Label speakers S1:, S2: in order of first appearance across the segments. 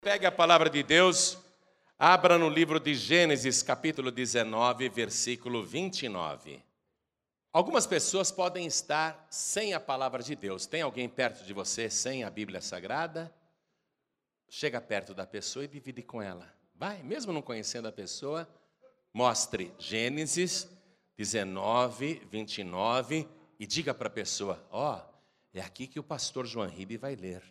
S1: Pegue a palavra de Deus, abra no livro de Gênesis, capítulo 19, versículo 29. Algumas pessoas podem estar sem a palavra de Deus. Tem alguém perto de você sem a Bíblia Sagrada? Chega perto da pessoa e divide com ela. Vai, mesmo não conhecendo a pessoa, mostre Gênesis 19, 29 e diga para a pessoa, é aqui que o pastor João Ribe vai ler.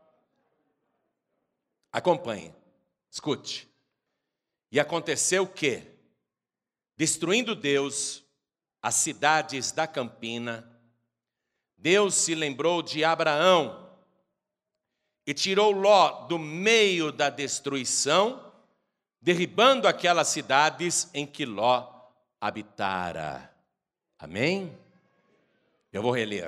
S1: Acompanhe, escute. E aconteceu que, destruindo Deus as cidades da campina, Deus se lembrou de Abraão e tirou Ló do meio da destruição, derribando aquelas cidades em que Ló habitara. Amém? Eu vou reler.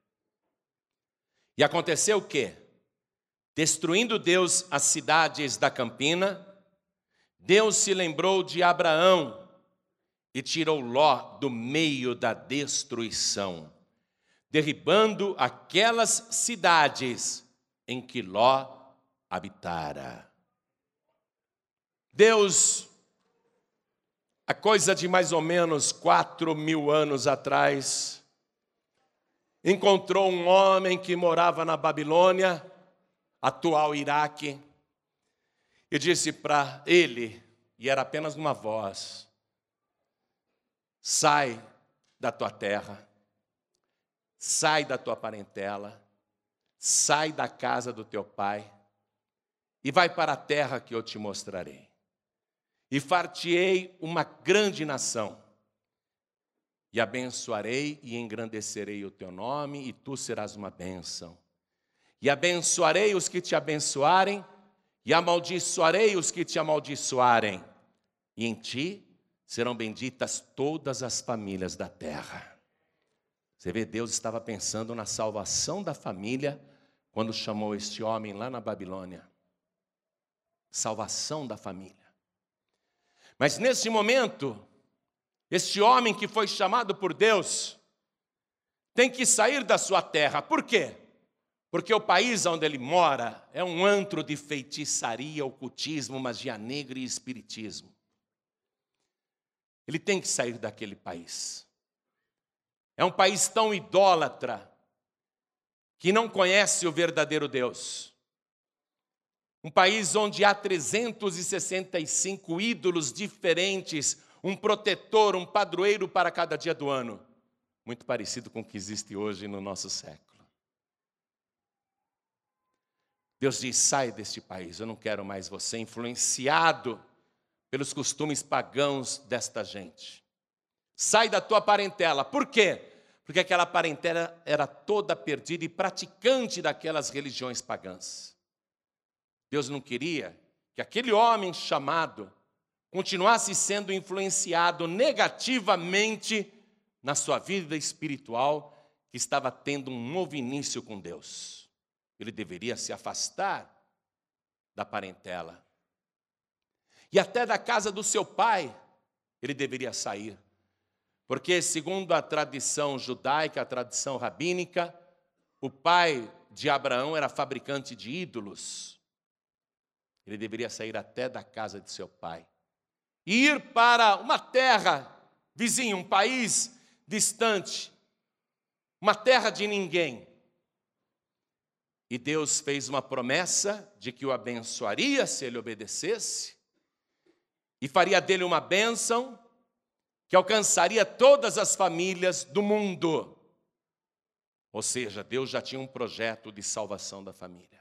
S1: E aconteceu o quê? Destruindo Deus as cidades da campina, Deus se lembrou de Abraão e tirou Ló do meio da destruição, derribando aquelas cidades em que Ló habitara. Deus, há coisa de mais ou menos 4.000 anos atrás, encontrou um homem que morava na Babilônia, atual Iraque, e disse para ele, e era apenas uma voz, sai da tua terra, sai da tua parentela, sai da casa do teu pai, e vai para a terra que eu te mostrarei. E far-te-ei uma grande nação, e abençoarei e engrandecerei o teu nome, e tu serás uma bênção. E abençoarei os que te abençoarem, e amaldiçoarei os que te amaldiçoarem. E em ti serão benditas todas as famílias da terra. Você vê, Deus estava pensando na salvação da família quando chamou este homem lá na Babilônia. Salvação da família. Mas nesse momento, este homem que foi chamado por Deus tem que sair da sua terra. Por quê? Porque o país onde ele mora é um antro de feitiçaria, ocultismo, magia negra e espiritismo. Ele tem que sair daquele país. É um país tão idólatra que não conhece o verdadeiro Deus. Um país onde há 365 ídolos diferentes, um protetor, um padroeiro para cada dia do ano. Muito parecido com o que existe hoje no nosso século. Deus diz, sai deste país, eu não quero mais você influenciado pelos costumes pagãos desta gente. Sai da tua parentela. Por quê? Porque aquela parentela era toda perdida e praticante daquelas religiões pagãs. Deus não queria que aquele homem chamado continuasse sendo influenciado negativamente na sua vida espiritual, que estava tendo um novo início com Deus. Ele deveria se afastar da parentela. E até da casa do seu pai, ele deveria sair. Porque, segundo a tradição judaica, a tradição rabínica, o pai de Abraão era fabricante de ídolos. Ele deveria sair até da casa de seu pai. E ir para uma terra vizinha, um país distante, uma terra de ninguém. E Deus fez uma promessa de que o abençoaria se ele obedecesse, e faria dele uma bênção que alcançaria todas as famílias do mundo. Ou seja, Deus já tinha um projeto de salvação da família.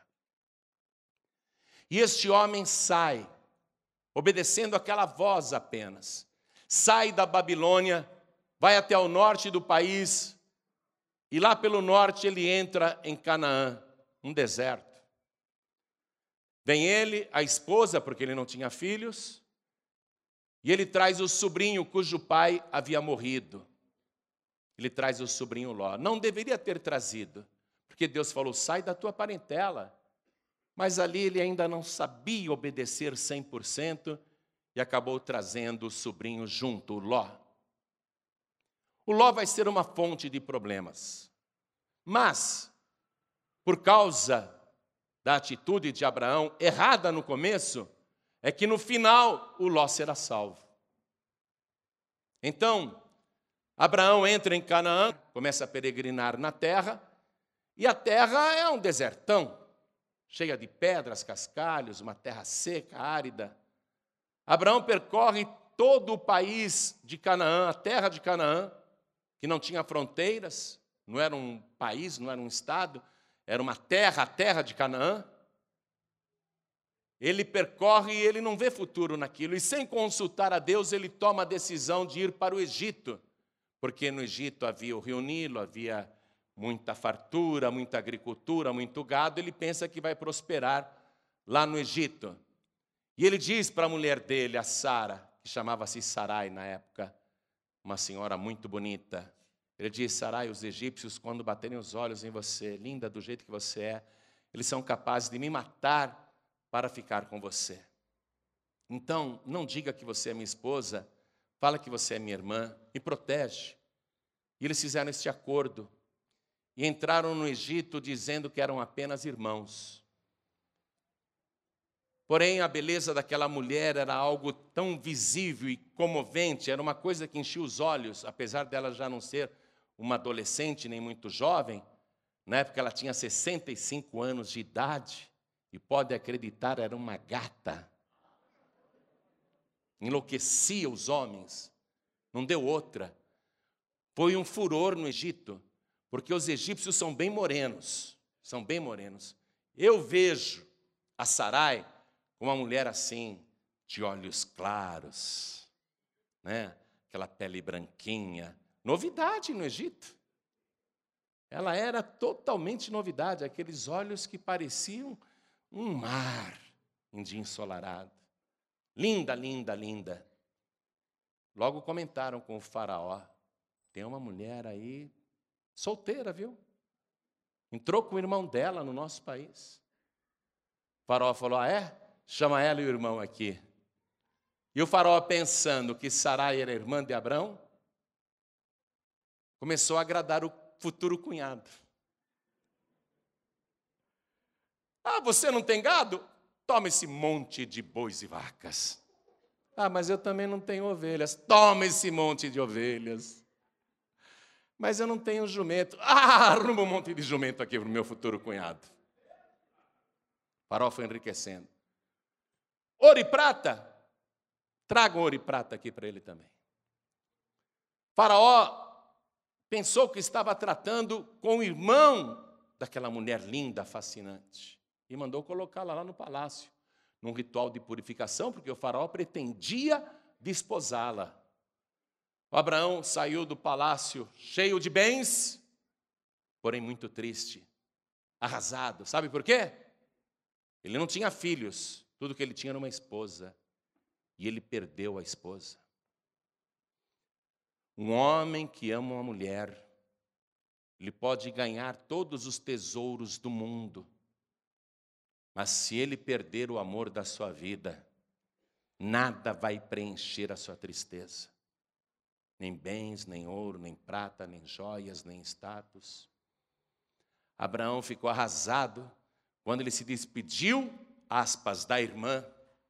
S1: E este homem sai, obedecendo aquela voz apenas. Sai da Babilônia, vai até o norte do país, e lá pelo norte ele entra em Canaã, um deserto. Vem ele, a esposa, porque ele não tinha filhos, e ele traz o sobrinho cujo pai havia morrido. Ele traz o sobrinho Ló. Não deveria ter trazido, porque Deus falou, sai da tua parentela. Mas ali ele ainda não sabia obedecer 100% e acabou trazendo o sobrinho junto, o Ló. O Ló vai ser uma fonte de problemas. Mas, por causa da atitude de Abraão, errada no começo, é que no final o Ló será salvo. Então, Abraão entra em Canaã, começa a peregrinar na terra, e a terra é um desertão, cheia de pedras, cascalhos, uma terra seca, árida. Abraão percorre todo o país de Canaã, a terra de Canaã, que não tinha fronteiras, não era um país, não era um estado, era uma terra, a terra de Canaã. Ele percorre e ele não vê futuro naquilo. E sem consultar a Deus, ele toma a decisão de ir para o Egito. Porque no Egito havia o rio Nilo, havia muita fartura, muita agricultura, muito gado. Ele pensa que vai prosperar lá no Egito. E ele diz para a mulher dele, a Sara, que chamava-se Sarai na época, uma senhora muito bonita. Ele diz: Sarai, os egípcios, quando baterem os olhos em você, linda do jeito que você é, eles são capazes de me matar para ficar com você. Então, não diga que você é minha esposa, fala que você é minha irmã, me protege. E eles fizeram este acordo e entraram no Egito dizendo que eram apenas irmãos. Porém, a beleza daquela mulher era algo tão visível e comovente, era uma coisa que enchia os olhos, apesar dela já não ser uma adolescente nem muito jovem. Na época ela tinha 65 anos de idade. E pode acreditar, era uma gata. Enlouquecia os homens. Não deu outra. Foi um furor no Egito, porque os egípcios são bem morenos. São bem morenos. Eu vejo a Sarai como uma mulher assim, de olhos claros, né? Aquela pele branquinha. Novidade no Egito. Ela era totalmente novidade. Aqueles olhos que pareciam um mar em dia ensolarado. Linda, linda, linda. Logo comentaram com o faraó: tem uma mulher aí, solteira, viu? Entrou com o irmão dela no nosso país. O faraó falou: ah, é? Chama ela e o irmão aqui. E o faraó, pensando que Sarai era irmã de Abrão, começou a agradar o futuro cunhado. Ah, você não tem gado? Toma esse monte de bois e vacas. Ah, mas eu também não tenho ovelhas. Toma esse monte de ovelhas. Mas eu não tenho jumento. Ah, arruma um monte de jumento aqui para o meu futuro cunhado. O faraó foi enriquecendo. Ouro e prata? Traga ouro e prata aqui para ele também. O faraó pensou que estava tratando com o irmão daquela mulher linda, fascinante. E mandou colocá-la lá no palácio, num ritual de purificação, porque o faraó pretendia desposá-la. O Abraão saiu do palácio cheio de bens, porém muito triste, arrasado. Sabe por quê? Ele não tinha filhos, tudo que ele tinha era uma esposa, e ele perdeu a esposa. Um homem que ama uma mulher, ele pode ganhar todos os tesouros do mundo, mas se ele perder o amor da sua vida, nada vai preencher a sua tristeza. Nem bens, nem ouro, nem prata, nem joias, nem status. Abraão ficou arrasado quando ele se despediu, aspas, da irmã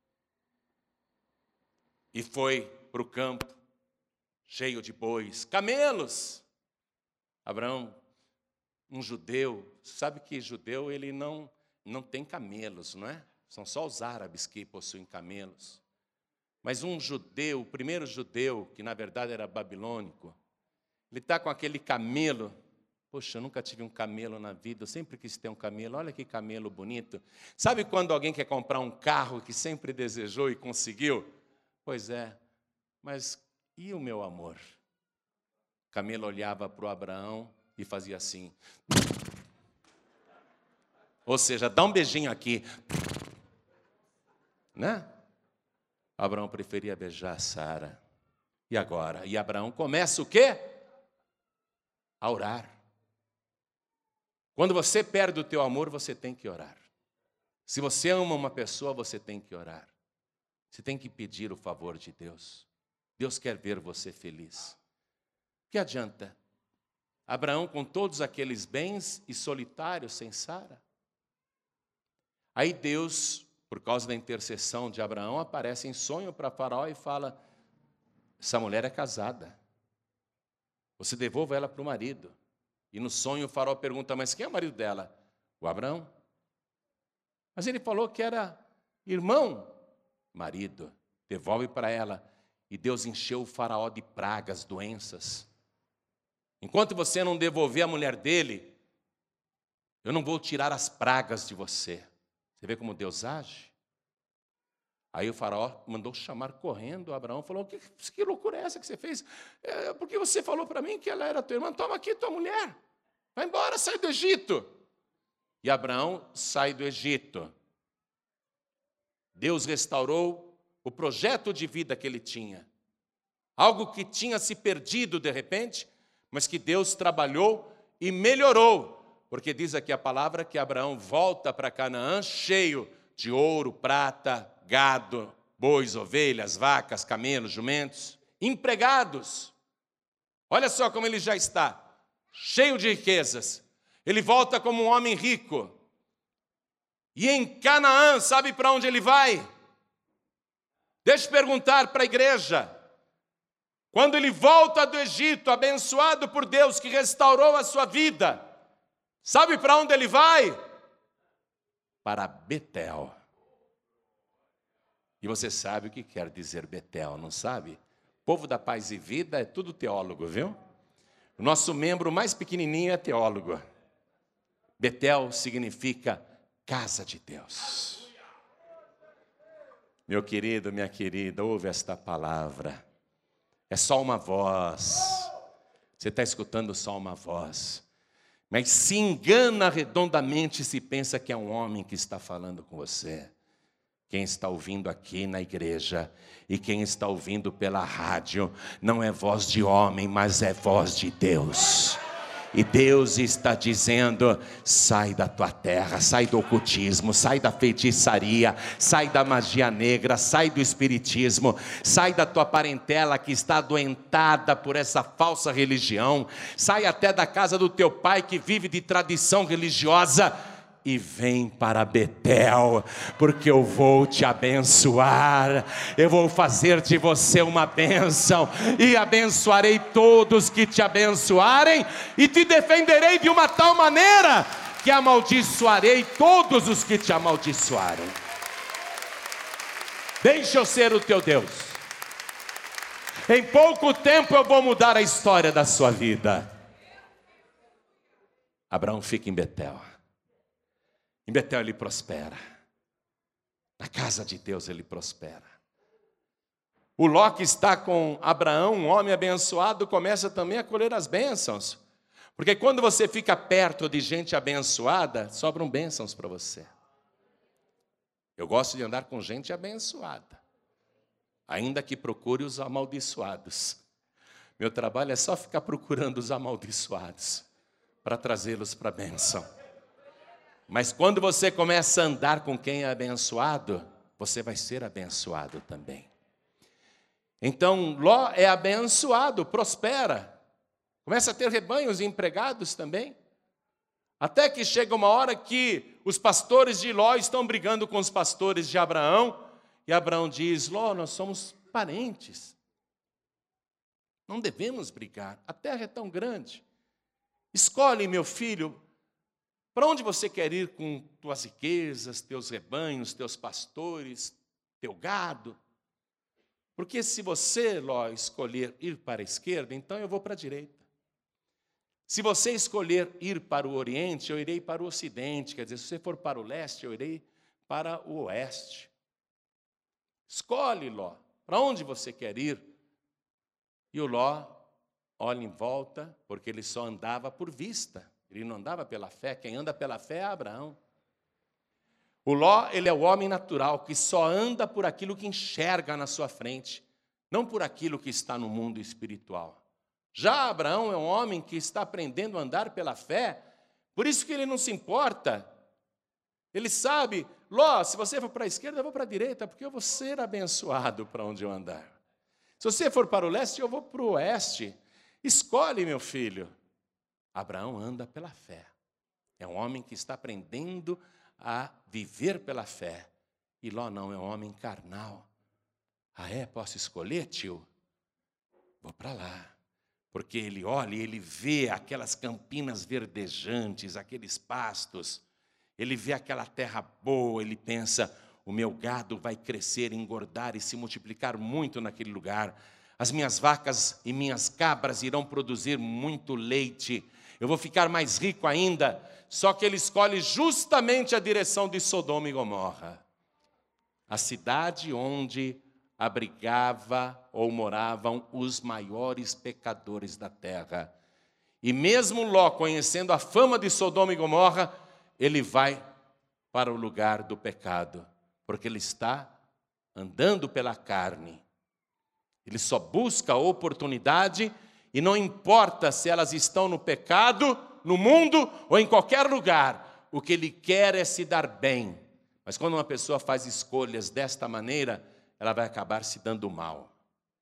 S1: e foi para o campo, cheio de bois, camelos. Abraão, um judeu, sabe que judeu ele não tem camelos, não é? São só os árabes que possuem camelos. Mas um judeu, o primeiro judeu, que na verdade era babilônico, ele está com aquele camelo. Poxa, eu nunca tive um camelo na vida, eu sempre quis ter um camelo. Olha que camelo bonito. Sabe quando alguém quer comprar um carro que sempre desejou e conseguiu? Pois é, mas e o meu amor? O camelo olhava para o Abraão e fazia assim. Ou seja, dá um beijinho aqui. Né? Abraão preferia beijar Sara. E agora? E Abraão começa o quê? A orar. Quando você perde o teu amor, você tem que orar. Se você ama uma pessoa, você tem que orar. Você tem que pedir o favor de Deus. Deus quer ver você feliz. Que adianta? Abraão com todos aqueles bens e solitário sem Sara? Aí Deus, por causa da intercessão de Abraão, aparece em sonho para Faraó e fala: essa mulher é casada, você devolva ela para o marido. E no sonho o Faraó pergunta: mas quem é o marido dela? O Abraão. Mas ele falou que era irmão. Marido, devolve para ela. E Deus encheu o Faraó de pragas, doenças. Enquanto você não devolver a mulher dele, eu não vou tirar as pragas de você. Você vê como Deus age? Aí o Faraó mandou chamar correndo Abraão e falou: que loucura é essa que você fez? Porque você falou para mim que ela era tua irmã. Toma aqui tua mulher. Vai embora, sai do Egito. E Abraão sai do Egito. Deus restaurou o projeto de vida que ele tinha. Algo que tinha se perdido de repente, mas que Deus trabalhou e melhorou. Porque diz aqui a palavra que Abraão volta para Canaã cheio de ouro, prata, gado, bois, ovelhas, vacas, camelos, jumentos, empregados. Olha só como ele já está, cheio de riquezas. Ele volta como um homem rico. E em Canaã, sabe para onde ele vai? Deixa eu perguntar para a igreja. Quando ele volta do Egito, abençoado por Deus que restaurou a sua vida, sabe para onde ele vai? Para Betel. E você sabe o que quer dizer Betel, não sabe? O povo da Paz e Vida é tudo teólogo, viu? O nosso membro mais pequenininho é teólogo. Betel significa casa de Deus. Meu querido, minha querida, ouve esta palavra. É só uma voz. Você está escutando só uma voz. Mas se engana redondamente se pensa que é um homem que está falando com você. Quem está ouvindo aqui na igreja e quem está ouvindo pela rádio, não é voz de homem, mas é voz de Deus. E Deus está dizendo: sai da tua terra, sai do ocultismo, sai da feitiçaria, sai da magia negra, sai do espiritismo, sai da tua parentela que está adoentada por essa falsa religião, sai até da casa do teu pai que vive de tradição religiosa, e vem para Betel, porque eu vou te abençoar, eu vou fazer de você uma bênção, e abençoarei todos que te abençoarem, e te defenderei de uma tal maneira, que amaldiçoarei todos os que te amaldiçoarem. Deixa eu ser o teu Deus, em pouco tempo eu vou mudar a história da sua vida. Abraão fica em Betel. Em Betel ele prospera. Na casa de Deus ele prospera. O Ló que está com Abraão, um homem abençoado, começa também a colher as bênçãos. Porque quando você fica perto de gente abençoada, sobram bênçãos para você. Eu gosto de andar com gente abençoada, ainda que procure os amaldiçoados. Meu trabalho é só ficar procurando os amaldiçoados, para trazê-los para a bênção. Mas quando você começa a andar com quem é abençoado, você vai ser abençoado também. Então, Ló é abençoado, prospera. Começa a ter rebanhos e empregados também. Até que chega uma hora que os pastores de Ló estão brigando com os pastores de Abraão. E Abraão diz: Ló, nós somos parentes. Não devemos brigar, a terra é tão grande. Escolhe, meu filho, para onde você quer ir com tuas riquezas, teus rebanhos, teus pastores, teu gado? Porque se você, Ló, escolher ir para a esquerda, então eu vou para a direita. Se você escolher ir para o oriente, eu irei para o ocidente. Quer dizer, se você for para o leste, eu irei para o oeste. Escolhe, Ló, para onde você quer ir? E o Ló olha em volta, porque ele só andava por vista. Ele não andava pela fé. Quem anda pela fé é Abraão. O Ló, ele é o homem natural, que só anda por aquilo que enxerga na sua frente, não por aquilo que está no mundo espiritual. Já Abraão é um homem que está aprendendo a andar pela fé, por isso que ele não se importa. Ele sabe: Ló, se você for para a esquerda, eu vou para a direita, porque eu vou ser abençoado para onde eu andar. Se você for para o leste, eu vou para o oeste. Escolhe, meu filho. Abraão anda pela fé. É um homem que está aprendendo a viver pela fé. E Ló não, é um homem carnal. Ah, é? Posso escolher, tio? Vou para lá. Porque ele olha e ele vê aquelas campinas verdejantes, aqueles pastos. Ele vê aquela terra boa, ele pensa, o meu gado vai crescer, engordar e se multiplicar muito naquele lugar. As minhas vacas e minhas cabras irão produzir muito leite. Eu vou ficar mais rico ainda. Só que ele escolhe justamente a direção de Sodoma e Gomorra. A cidade onde abrigava ou moravam os maiores pecadores da terra. E mesmo Ló, conhecendo a fama de Sodoma e Gomorra, ele vai para o lugar do pecado, porque ele está andando pela carne. Ele só busca a oportunidade e não importa se elas estão no pecado, no mundo ou em qualquer lugar. O que ele quer é se dar bem. Mas quando uma pessoa faz escolhas desta maneira, ela vai acabar se dando mal.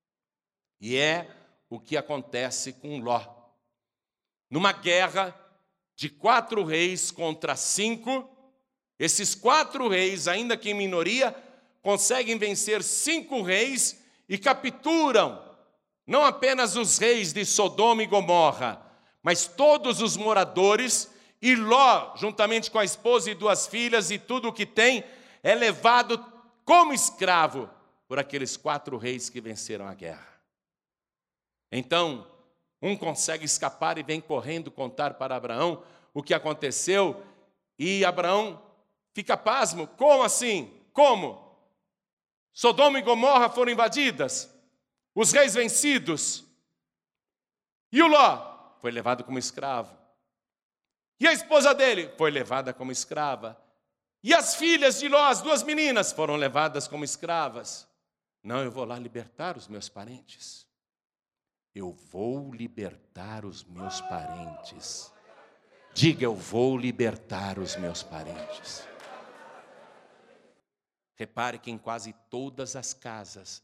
S1: E é o que acontece com Ló. Numa guerra de 4 reis contra 5, esses 4 reis, ainda que em minoria, conseguem vencer 5 reis e capturam não apenas os reis de Sodoma e Gomorra, mas todos os moradores, e Ló, juntamente com a esposa e 2 filhas e tudo o que tem, é levado como escravo por aqueles 4 reis que venceram a guerra. Então, um consegue escapar e vem correndo contar para Abraão o que aconteceu, e Abraão fica pasmo. Como assim? Como? Sodoma e Gomorra foram invadidas, os reis vencidos, e o Ló foi levado como escravo. E a esposa dele foi levada como escrava. E as filhas de Ló, as 2 meninas, foram levadas como escravas. Não, eu vou lá libertar os meus parentes. Eu vou libertar os meus parentes. Diga, eu vou libertar os meus parentes. Repare que em quase todas as casas,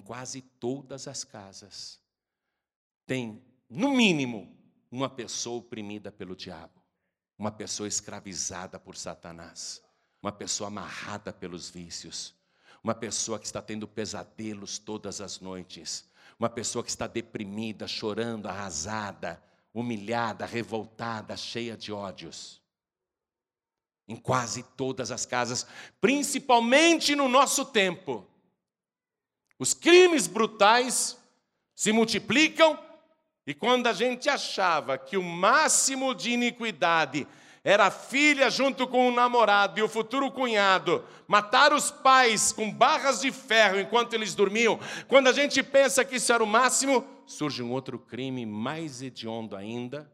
S1: tem, no mínimo, uma pessoa oprimida pelo diabo, uma pessoa escravizada por Satanás, uma pessoa amarrada pelos vícios, uma pessoa que está tendo pesadelos todas as noites, uma pessoa que está deprimida, chorando, arrasada, humilhada, revoltada, cheia de ódios. Em quase todas as casas, principalmente no nosso tempo, os crimes brutais se multiplicam, e quando a gente achava que o máximo de iniquidade era a filha junto com o namorado e o futuro cunhado matar os pais com barras de ferro enquanto eles dormiam, quando a gente pensa que isso era o máximo, surge um outro crime mais hediondo ainda,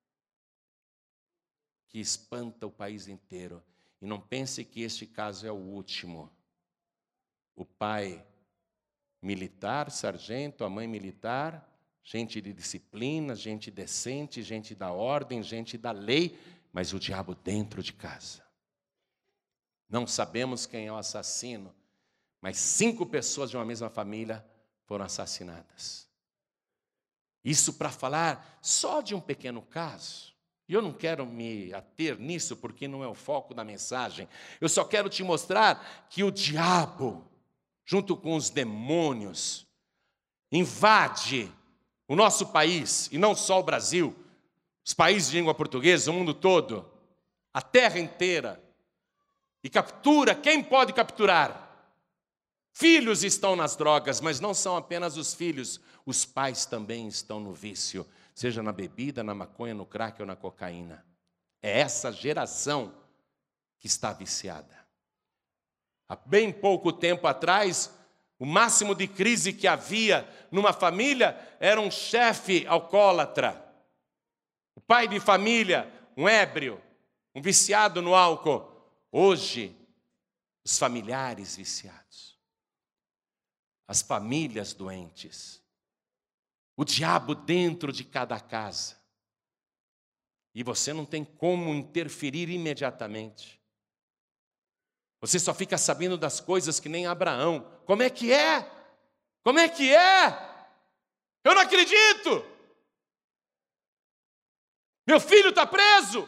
S1: que espanta o país inteiro. E não pense que este caso é o último. O pai militar, sargento, a mãe militar, gente de disciplina, gente decente, gente da ordem, gente da lei, mas o diabo dentro de casa. Não sabemos quem é o assassino, mas 5 pessoas de uma mesma família foram assassinadas. Isso para falar só de um pequeno caso. E eu não quero me ater nisso porque não é o foco da mensagem. Eu só quero te mostrar que o diabo, junto com os demônios, invade o nosso país, e não só o Brasil, os países de língua portuguesa, o mundo todo, a terra inteira, e captura quem pode capturar. Filhos estão nas drogas, mas não são apenas os filhos, os pais também estão no vício, seja na bebida, na maconha, no crack ou na cocaína. É essa geração que está viciada. Há bem pouco tempo atrás, o máximo de crise que havia numa família era um chefe alcoólatra, o pai de família, um ébrio, um viciado no álcool. Hoje, os familiares viciados, as famílias doentes, o diabo dentro de cada casa. E você não tem como interferir imediatamente. Você só fica sabendo das coisas que nem Abraão. Como é que é? Como é que é? Eu não acredito! Meu filho está preso!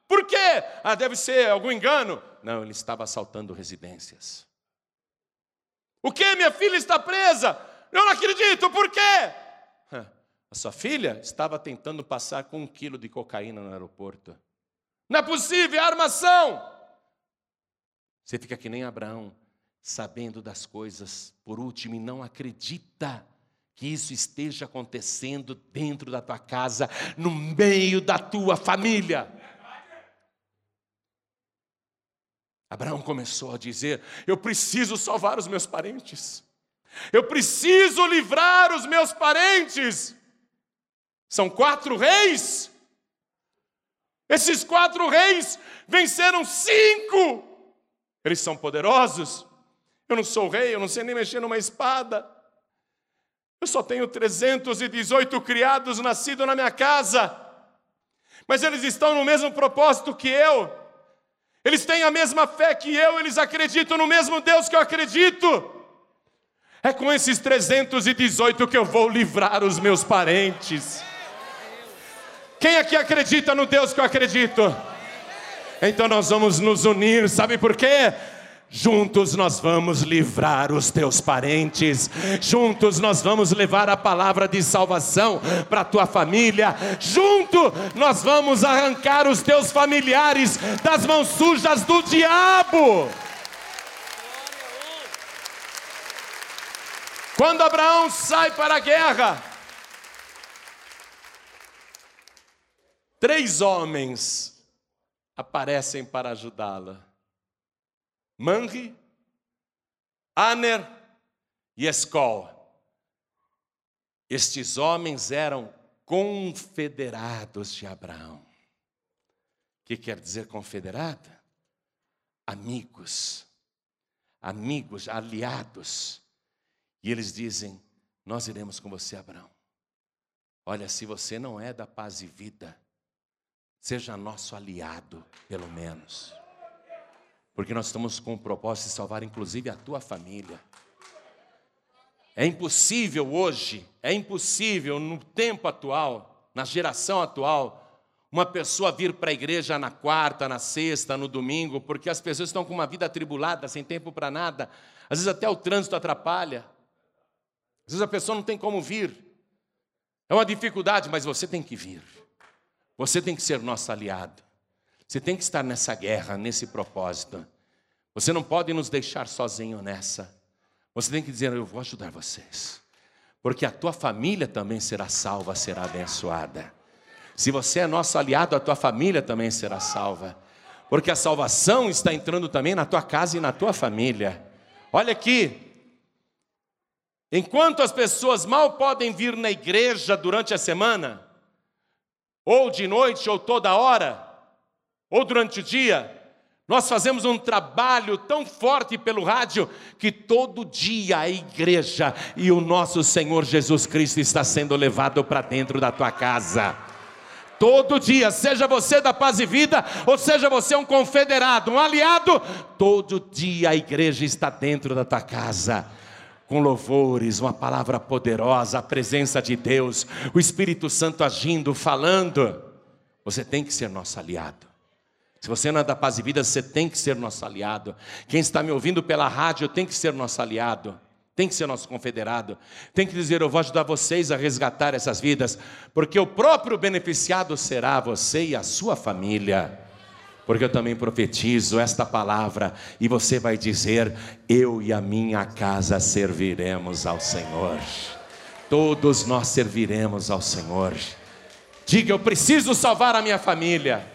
S1: Por quê? Deve ser algum engano. Não, ele estava assaltando residências. O quê? Minha filha está presa. Eu não acredito, por quê? A sua filha estava tentando passar com 1 quilo de cocaína no aeroporto. Não é possível, é armação. Você fica que nem Abraão, sabendo das coisas, por último, e não acredita que isso esteja acontecendo dentro da tua casa, no meio da tua família. Abraão começou a dizer: eu preciso salvar os meus parentes. Eu preciso livrar os meus parentes. São 4 reis. Esses 4 reis venceram 5. Eles são poderosos. Eu não sou rei, eu não sei nem mexer numa espada. Eu só tenho 318 criados nascidos na minha casa. Mas eles estão no mesmo propósito que eu. Eles têm a mesma fé que eu, eles acreditam no mesmo Deus que eu acredito. É com esses 318 que eu vou livrar os meus parentes. Quem aqui acredita no Deus que eu acredito? Então nós vamos nos unir, sabe por quê? Juntos nós vamos livrar os teus parentes. Juntos nós vamos levar a palavra de salvação para a tua família. Junto nós vamos arrancar os teus familiares das mãos sujas do diabo. Quando Abraão sai para a guerra, 3 homens aparecem para ajudá-la: Manre, Aner e Escol. Estes homens eram confederados de Abraão. O que quer dizer confederado? Amigos, aliados. E eles dizem: nós iremos com você, Abraão. Olha, se você não é da Paz e Vida, seja nosso aliado, pelo menos. Porque nós estamos com o propósito de salvar inclusive a tua família. É impossível hoje, no tempo atual, na geração atual, uma pessoa vir para a igreja na quarta, na sexta, no domingo, porque as pessoas estão com uma vida atribulada, sem tempo para nada. Às vezes até o trânsito atrapalha. Às vezes a pessoa não tem como vir. É uma dificuldade, mas você tem que vir. Você tem que ser nosso aliado. Você tem que estar nessa guerra, nesse propósito. Você não pode nos deixar sozinho nessa. Você tem que dizer: eu vou ajudar vocês. Porque a tua família também será salva, será abençoada. Se você é nosso aliado, a tua família também será salva. Porque a salvação está entrando também na tua casa e na tua família. Olha aqui. Enquanto as pessoas mal podem vir na igreja durante a semana, ou de noite, ou toda hora, ou durante o dia, nós fazemos um trabalho tão forte pelo rádio, que todo dia a igreja e o nosso Senhor Jesus Cristo está sendo levado para dentro da tua casa. Todo dia, seja você da Paz e Vida, ou seja você um confederado, um aliado, todo dia a igreja está dentro da tua casa. Com louvores, uma palavra poderosa, a presença de Deus, o Espírito Santo agindo, falando. Você tem que ser nosso aliado. Se você não é da Paz e Vida, você tem que ser nosso aliado. Quem está me ouvindo pela rádio tem que ser nosso aliado. Tem que ser nosso confederado. Tem que dizer: eu vou ajudar vocês a resgatar essas vidas. Porque o próprio beneficiado será você e a sua família. Porque eu também profetizo esta palavra, e você vai dizer: eu e a minha casa serviremos ao Senhor. Todos nós serviremos ao Senhor. Diga: eu preciso salvar a minha família.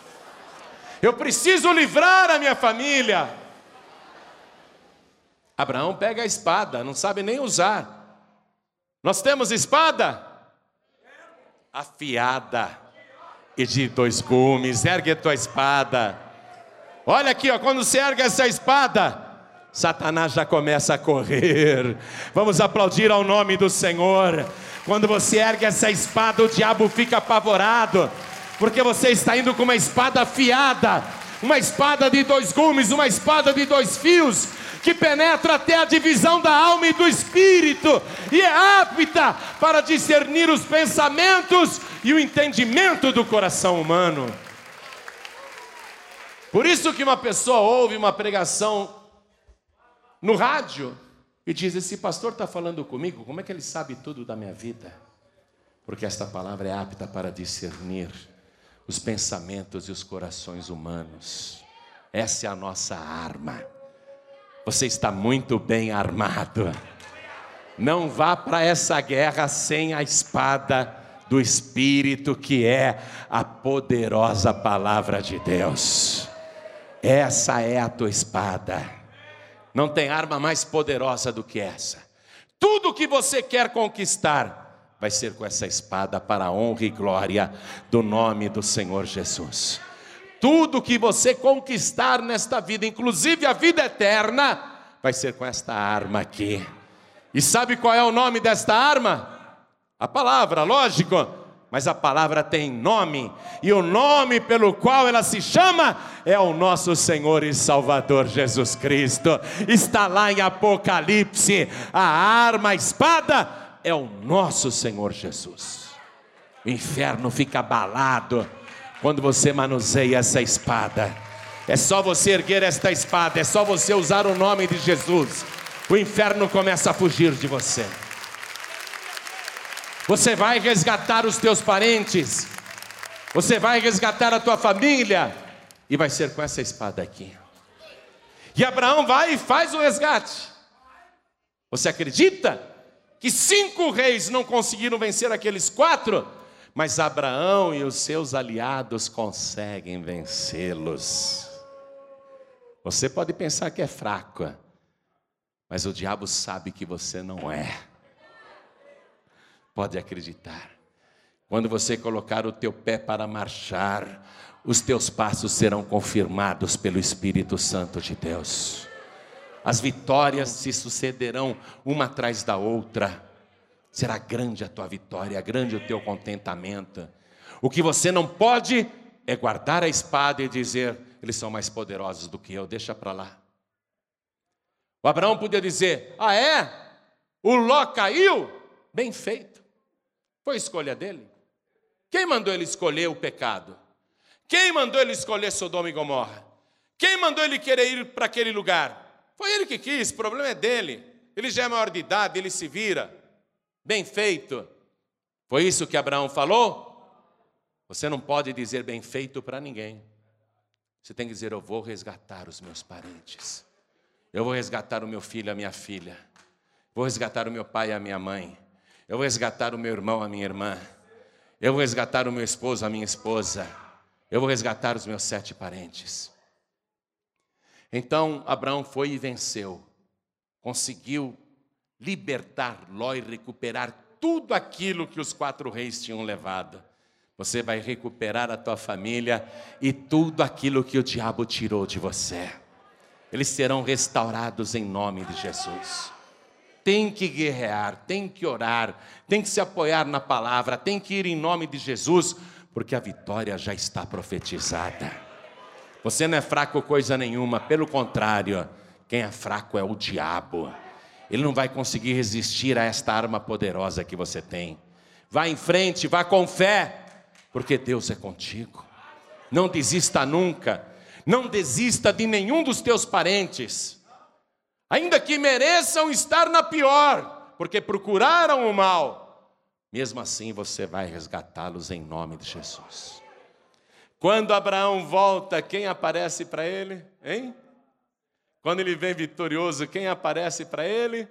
S1: Eu preciso livrar a minha família. Abraão pega a espada, não sabe nem usar. Nós temos espada afiada e de 2 gumes. Ergue a tua espada. Olha aqui, ó, quando você ergue essa espada, Satanás já começa a correr. Vamos aplaudir ao nome do Senhor. Quando você ergue essa espada, o diabo fica apavorado, porque você está indo com uma espada afiada, uma espada de 2 gumes, uma espada de 2 fios, que penetra até a divisão da alma e do espírito, e é apta para discernir os pensamentos e o entendimento do coração humano. Por isso que uma pessoa ouve uma pregação no rádio e diz: esse pastor está falando comigo, como é que ele sabe tudo da minha vida? Porque esta palavra é apta para discernir os pensamentos e os corações humanos. Essa é a nossa arma. Você está muito bem armado. Não vá para essa guerra sem a espada do Espírito, que é a poderosa palavra de Deus. Essa é a tua espada. Não tem arma mais poderosa do que essa. Tudo que você quer conquistar vai ser com essa espada, para a honra e glória do nome do Senhor Jesus. Tudo que você conquistar nesta vida, inclusive a vida eterna, vai ser com esta arma aqui. E sabe qual é o nome desta arma? A palavra, lógico, mas a palavra tem nome, e o nome pelo qual ela se chama é o nosso Senhor e Salvador Jesus Cristo. Está lá em Apocalipse. A arma, a espada é o nosso Senhor Jesus. O inferno fica abalado quando você manuseia essa espada. É só você erguer esta espada, é só você usar o nome de Jesus, o inferno começa a fugir de você. Você vai resgatar os teus parentes, você vai resgatar a tua família, e vai ser com essa espada aqui. E Abraão vai e faz o resgate. Você acredita que 5 reis não conseguiram vencer aqueles 4? Mas Abraão e os seus aliados conseguem vencê-los. Você pode pensar que é fraco, mas o diabo sabe que você não é. Pode acreditar. Quando você colocar o teu pé para marchar, os teus passos serão confirmados pelo Espírito Santo de Deus. As vitórias se sucederão uma atrás da outra. Será grande a tua vitória, grande o teu contentamento. O que você não pode é guardar a espada e dizer: eles são mais poderosos do que eu, deixa para lá. O Abraão podia dizer: ah é? O Ló caiu? Bem feito. Foi escolha dele. Quem mandou ele escolher o pecado? Quem mandou ele escolher Sodoma e Gomorra? Quem mandou ele querer ir para aquele lugar? Foi ele que quis, o problema é dele. Ele já é maior de idade, ele se vira. Bem feito. Foi isso que Abraão falou? Você não pode dizer bem feito para ninguém. Você tem que dizer: eu vou resgatar os meus parentes. Eu vou resgatar o meu filho, a minha filha. Vou resgatar o meu pai e a minha mãe. Eu vou resgatar o meu irmão, a minha irmã. Eu vou resgatar o meu esposo, a minha esposa. Eu vou resgatar os meus 7 parentes. Então Abraão foi e venceu. Conseguiu libertar Ló e recuperar tudo aquilo que os 4 reis tinham levado. Você vai recuperar a tua família e tudo aquilo que o diabo tirou de você. Eles serão restaurados em nome de Jesus. Tem que guerrear, tem que orar, tem que se apoiar na palavra, tem que ir em nome de Jesus, porque a vitória já está profetizada. Você não é fraco coisa nenhuma, pelo contrário, quem é fraco é o diabo. Ele não vai conseguir resistir a esta arma poderosa que você tem. Vá em frente, vá com fé, porque Deus é contigo. Não desista nunca. Não desista de nenhum dos teus parentes, ainda que mereçam estar na pior, porque procuraram o mal. Mesmo assim você vai resgatá-los em nome de Jesus. Quando Abraão volta, quem aparece para ele? Hein? Quando ele vem vitorioso, quem aparece para ele?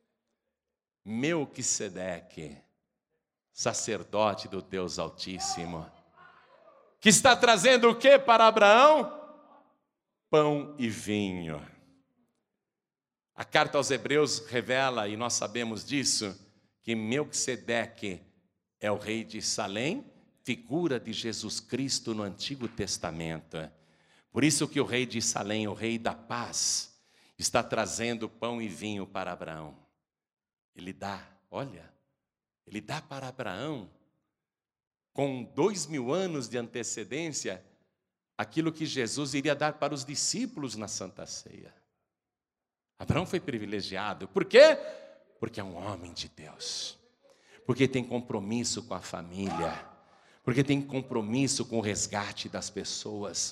S1: Melquisedeque, sacerdote do Deus Altíssimo, que está trazendo o que para Abraão? Pão e vinho. A carta aos Hebreus revela, e nós sabemos disso, que Melquisedeque é o rei de Salém, figura de Jesus Cristo no Antigo Testamento. Por isso que o rei de Salém, o rei da paz, está trazendo pão e vinho para Abraão. Ele dá, olha, ele dá para Abraão, com 2000 anos de antecedência, aquilo que Jesus iria dar para os discípulos na Santa Ceia. Abraão foi privilegiado. Por quê? Porque é um homem de Deus. Porque tem compromisso com a família. Porque tem compromisso com o resgate das pessoas.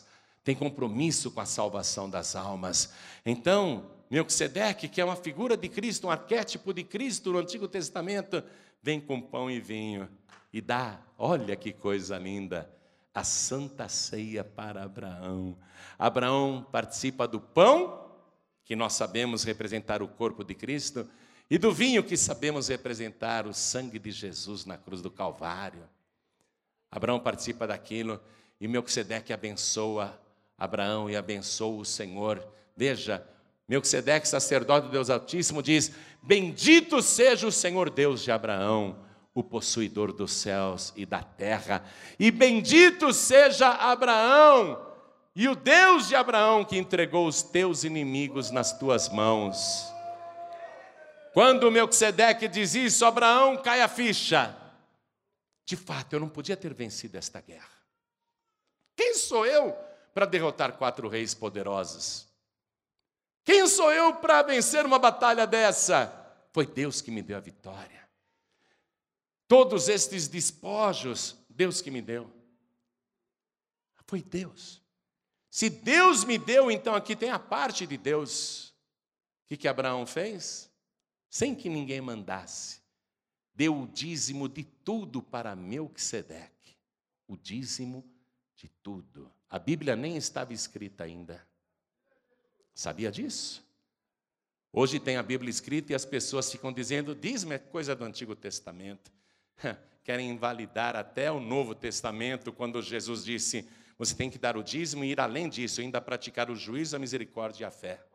S1: tem compromisso com a salvação das almas. Então, Melquisedeque, que é uma figura de Cristo, um arquétipo de Cristo no Antigo Testamento, vem com pão e vinho e dá, olha que coisa linda, a santa ceia para Abraão. Abraão participa do pão, que nós sabemos representar o corpo de Cristo, e do vinho, que sabemos representar o sangue de Jesus na cruz do Calvário. Abraão participa daquilo, e Melquisedeque abençoa Abraão e abençoa o Senhor. Veja, Melquisedeque, sacerdote do Deus Altíssimo, diz: bendito seja o Senhor Deus de Abraão, o possuidor dos céus e da terra, e bendito seja Abraão, e o Deus de Abraão, que entregou os teus inimigos nas tuas mãos. Quando Melquisedeque diz isso, Abraão cai a ficha. De fato, eu não podia ter vencido esta guerra. Quem sou eu para derrotar 4 reis poderosos? Quem sou eu para vencer uma batalha dessa? Foi Deus que me deu a vitória. Todos estes despojos, Deus que me deu. Foi Deus. Se Deus me deu, então aqui tem a parte de Deus. O que Abraão fez? Sem que ninguém mandasse, deu o dízimo de tudo para Melquisedeque. O dízimo de tudo. A Bíblia nem estava escrita ainda. Sabia disso? Hoje tem a Bíblia escrita e as pessoas ficam dizendo: dízimo é coisa do Antigo Testamento. Querem invalidar até o Novo Testamento, quando Jesus disse: você tem que dar o dízimo e ir além disso, ainda praticar o juízo, a misericórdia e a fé.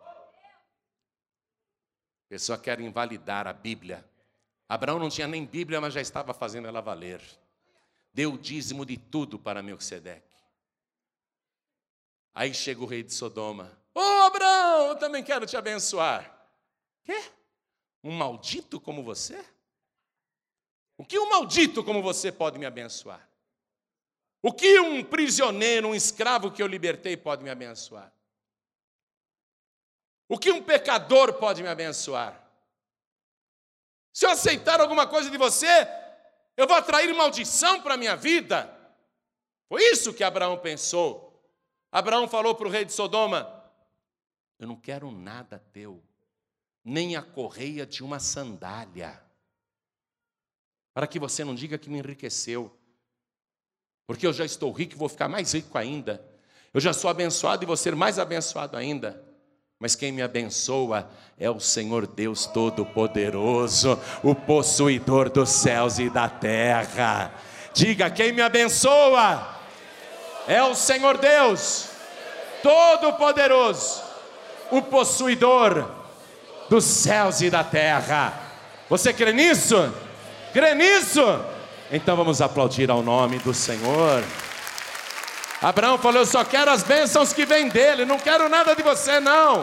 S1: A pessoa quer invalidar a Bíblia. Abraão não tinha nem Bíblia, mas já estava fazendo ela valer. Deu o dízimo de tudo para Melquisedeque. Aí chega o rei de Sodoma: ô Abraão, eu também quero te abençoar. Quê? Um maldito como você? O que um maldito como você pode me abençoar? O que um prisioneiro, um escravo que eu libertei pode me abençoar? O que um pecador pode me abençoar? Se eu aceitar alguma coisa de você, eu vou atrair maldição para a minha vida. Foi isso que Abraão pensou. Abraão falou para o rei de Sodoma: eu não quero nada teu, nem a correia de uma sandália, para que você não diga que me enriqueceu, porque eu já estou rico e vou ficar mais rico ainda. Eu já sou abençoado e vou ser mais abençoado ainda. Mas quem me abençoa é o Senhor Deus Todo-Poderoso, o possuidor dos céus e da terra. Diga: quem me abençoa é o Senhor Deus Todo-Poderoso, o possuidor dos céus e da terra. Você crê nisso? Crê nisso? Então vamos aplaudir ao nome do Senhor. Abraão falou: eu só quero as bênçãos que vêm dele, não quero nada de você, não.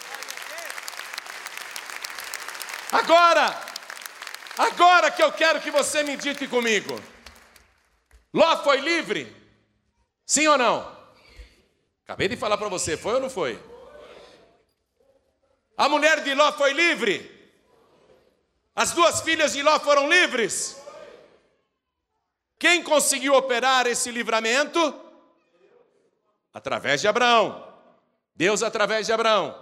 S1: Agora que eu quero que você medite comigo. Ló foi livre? Sim ou não? Acabei de falar para você, foi ou não foi? A mulher de Ló foi livre? As 2 filhas de Ló foram livres? Quem conseguiu operar esse livramento? Através de Abraão. Deus através de Abraão.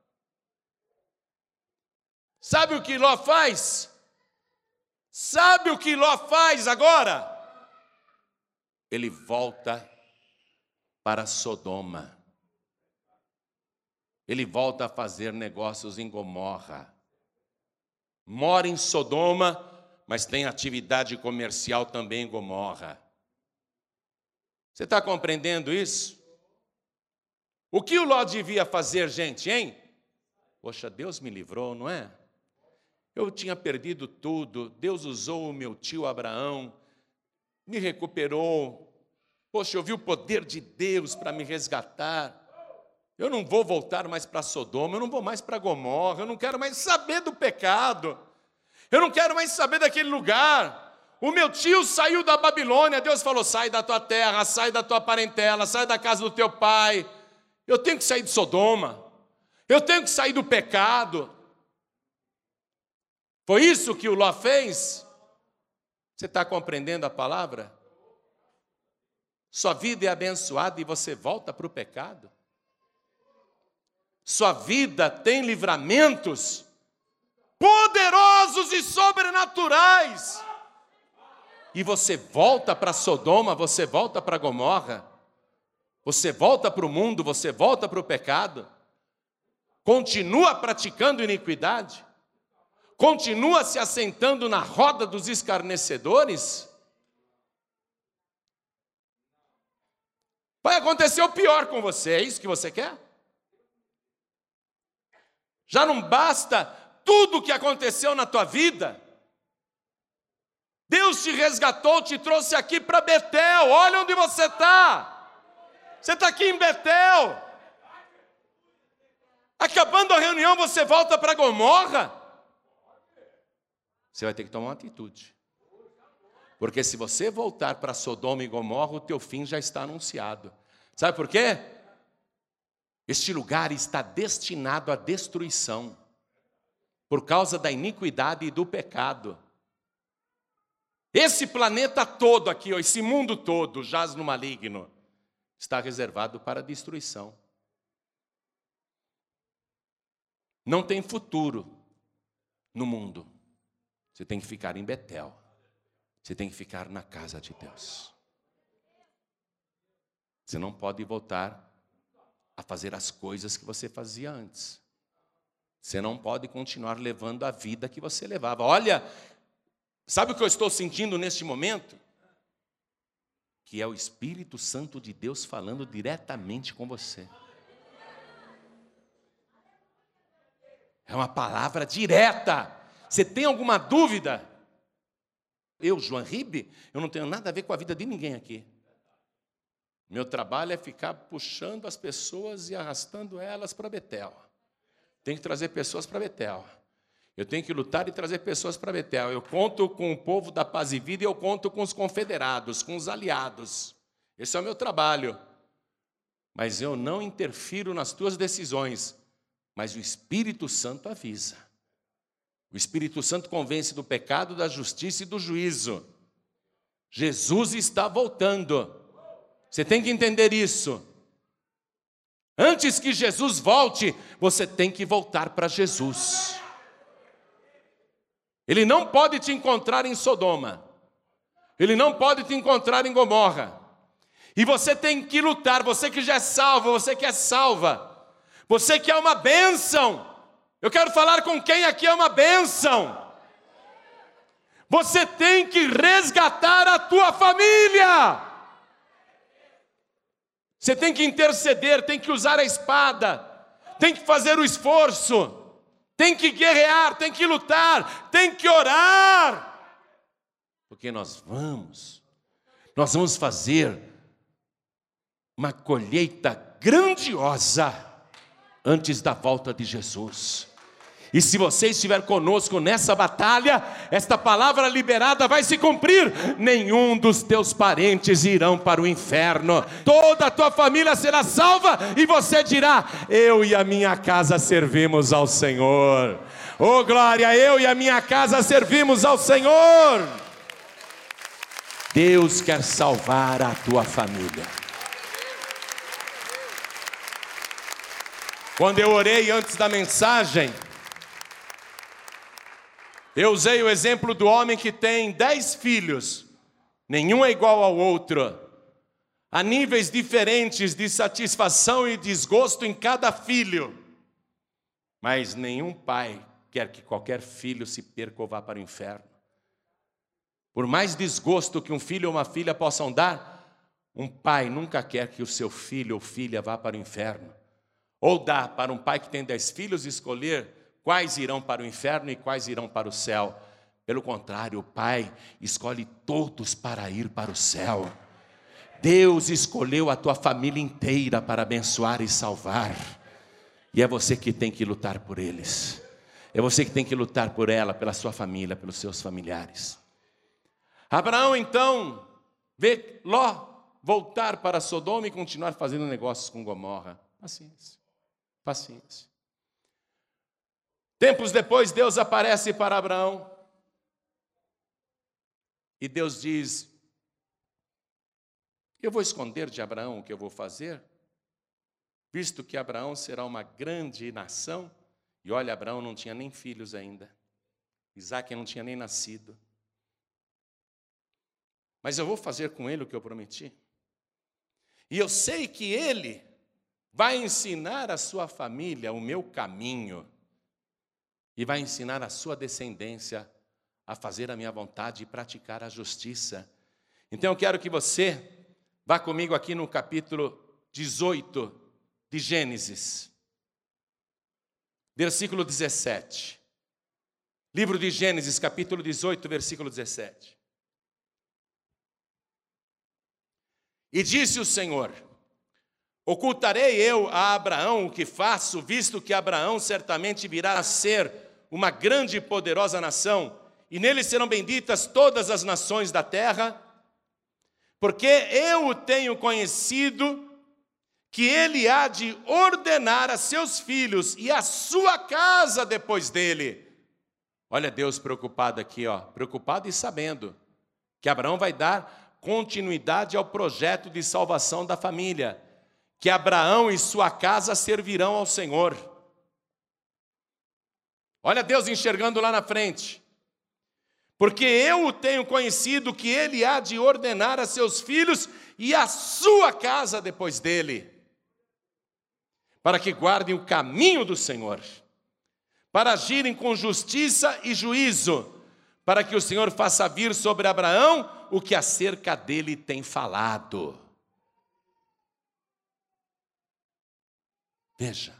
S1: Sabe o que Ló faz? Sabe o que Ló faz agora? Ele volta para Sodoma. Ele volta a fazer negócios em Gomorra. Mora em Sodoma, mas tem atividade comercial também em Gomorra. Você está compreendendo isso? O que o Ló devia fazer, gente, hein? Poxa, Deus me livrou, não é? Eu tinha perdido tudo, Deus usou o meu tio Abraão, me recuperou. Poxa, eu vi o poder de Deus para me resgatar. Eu não vou voltar mais para Sodoma, eu não vou mais para Gomorra, eu não quero mais saber do pecado. Eu não quero mais saber daquele lugar. O meu tio saiu da Babilônia, Deus falou: sai da tua terra, sai da tua parentela, sai da casa do teu pai. Eu tenho que sair de Sodoma, eu tenho que sair do pecado. Foi isso que o Ló fez? Você está compreendendo a palavra? Sua vida é abençoada e você volta para o pecado? Sua vida tem livramentos poderosos e sobrenaturais, e você volta para Sodoma, você volta para Gomorra, você volta para o mundo, você volta para o pecado, continua praticando iniquidade, continua se assentando na roda dos escarnecedores, vai acontecer o pior com você. É isso que você quer? Já não basta tudo o que aconteceu na tua vida? Deus te resgatou, te trouxe aqui para Betel. Olha onde você está. Você está aqui em Betel. Acabando a reunião, você volta para Gomorra. Você vai ter que tomar uma atitude. Porque se você voltar para Sodoma e Gomorra, o teu fim já está anunciado. Sabe por quê? Este lugar está destinado à destruição, por causa da iniquidade e do pecado. Esse planeta todo aqui, esse mundo todo, jaz no maligno, está reservado para a destruição. Não tem futuro no mundo. Você tem que ficar em Betel. Você tem que ficar na casa de Deus. Você não pode voltar a fazer as coisas que você fazia antes. Você não pode continuar levando a vida que você levava. Olha, sabe o que eu estou sentindo neste momento? Que é o Espírito Santo de Deus falando diretamente com você. É uma palavra direta. Você tem alguma dúvida? Eu, João Ribe, eu não tenho nada a ver com a vida de ninguém aqui. Meu trabalho é ficar puxando as pessoas e arrastando elas para Betel. Tenho que trazer pessoas para Betel. Eu tenho que lutar e trazer pessoas para Betel. Eu conto com o povo da Paz e Vida e eu conto com os confederados, com os aliados. Esse é o meu trabalho. Mas eu não interfiro nas tuas decisões. Mas o Espírito Santo avisa. O Espírito Santo convence do pecado, da justiça e do juízo. Jesus está voltando. Você tem que entender isso. Antes que Jesus volte, você tem que voltar para Jesus. Ele não pode te encontrar em Sodoma. Ele não pode te encontrar em Gomorra. E você tem que lutar, você que já é salvo, você que é salva, você que é uma bênção. Eu quero falar com quem aqui é uma bênção. Você tem que resgatar a tua família. Você tem que interceder, tem que usar a espada, tem que fazer o esforço, tem que guerrear, tem que lutar, tem que orar. Porque nós vamos fazer uma colheita grandiosa antes da volta de Jesus. E se você estiver conosco nessa batalha, esta palavra liberada vai se cumprir. Nenhum dos teus parentes irão para o inferno. Toda a tua família será salva e você dirá: eu e a minha casa servimos ao Senhor. Oh glória, eu e a minha casa servimos ao Senhor. Deus quer salvar a tua família. Quando eu orei antes da mensagem, eu usei o exemplo do homem que tem 10 filhos, nenhum é igual ao outro, há níveis diferentes de satisfação e desgosto em cada filho, mas nenhum pai quer que qualquer filho se perca ou vá para o inferno. Por mais desgosto que um filho ou uma filha possam dar, um pai nunca quer que o seu filho ou filha vá para o inferno. Ou dá para um pai que tem 10 filhos escolher quais irão para o inferno e quais irão para o céu. Pelo contrário, o Pai escolhe todos para ir para o céu. Deus escolheu a tua família inteira para abençoar e salvar. E é você que tem que lutar por eles. É você que tem que lutar por ela, pela sua família, pelos seus familiares. Abraão, então, vê Ló voltar para Sodoma e continuar fazendo negócios com Gomorra. Paciência, paciência. Tempos depois, Deus aparece para Abraão. E Deus diz: Eu vou esconder de Abraão o que eu vou fazer? Visto que Abraão será uma grande nação. E olha, Abraão não tinha nem filhos ainda. Isaque não tinha nem nascido. Mas eu vou fazer com ele o que eu prometi. E eu sei que ele vai ensinar a sua família o meu caminho. E vai ensinar a sua descendência a fazer a minha vontade e praticar a justiça. Então eu quero que você vá comigo aqui no capítulo 18 de Gênesis, versículo 17. Livro de Gênesis, capítulo 18, versículo 17. E disse o Senhor: ocultarei eu a Abraão o que faço, visto que Abraão certamente virá a ser uma grande e poderosa nação, e nele serão benditas todas as nações da terra, porque eu o tenho conhecido, que ele há de ordenar a seus filhos e a sua casa depois dele. Olha Deus preocupado aqui, preocupado e sabendo que Abraão vai dar continuidade ao projeto de salvação da família, que Abraão e sua casa servirão ao Senhor. Olha Deus enxergando lá na frente. Porque eu o tenho conhecido, que ele há de ordenar a seus filhos e a sua casa depois dele, para que guardem o caminho do Senhor, para agirem com justiça e juízo, para que o Senhor faça vir sobre Abraão o que acerca dele tem falado. Veja,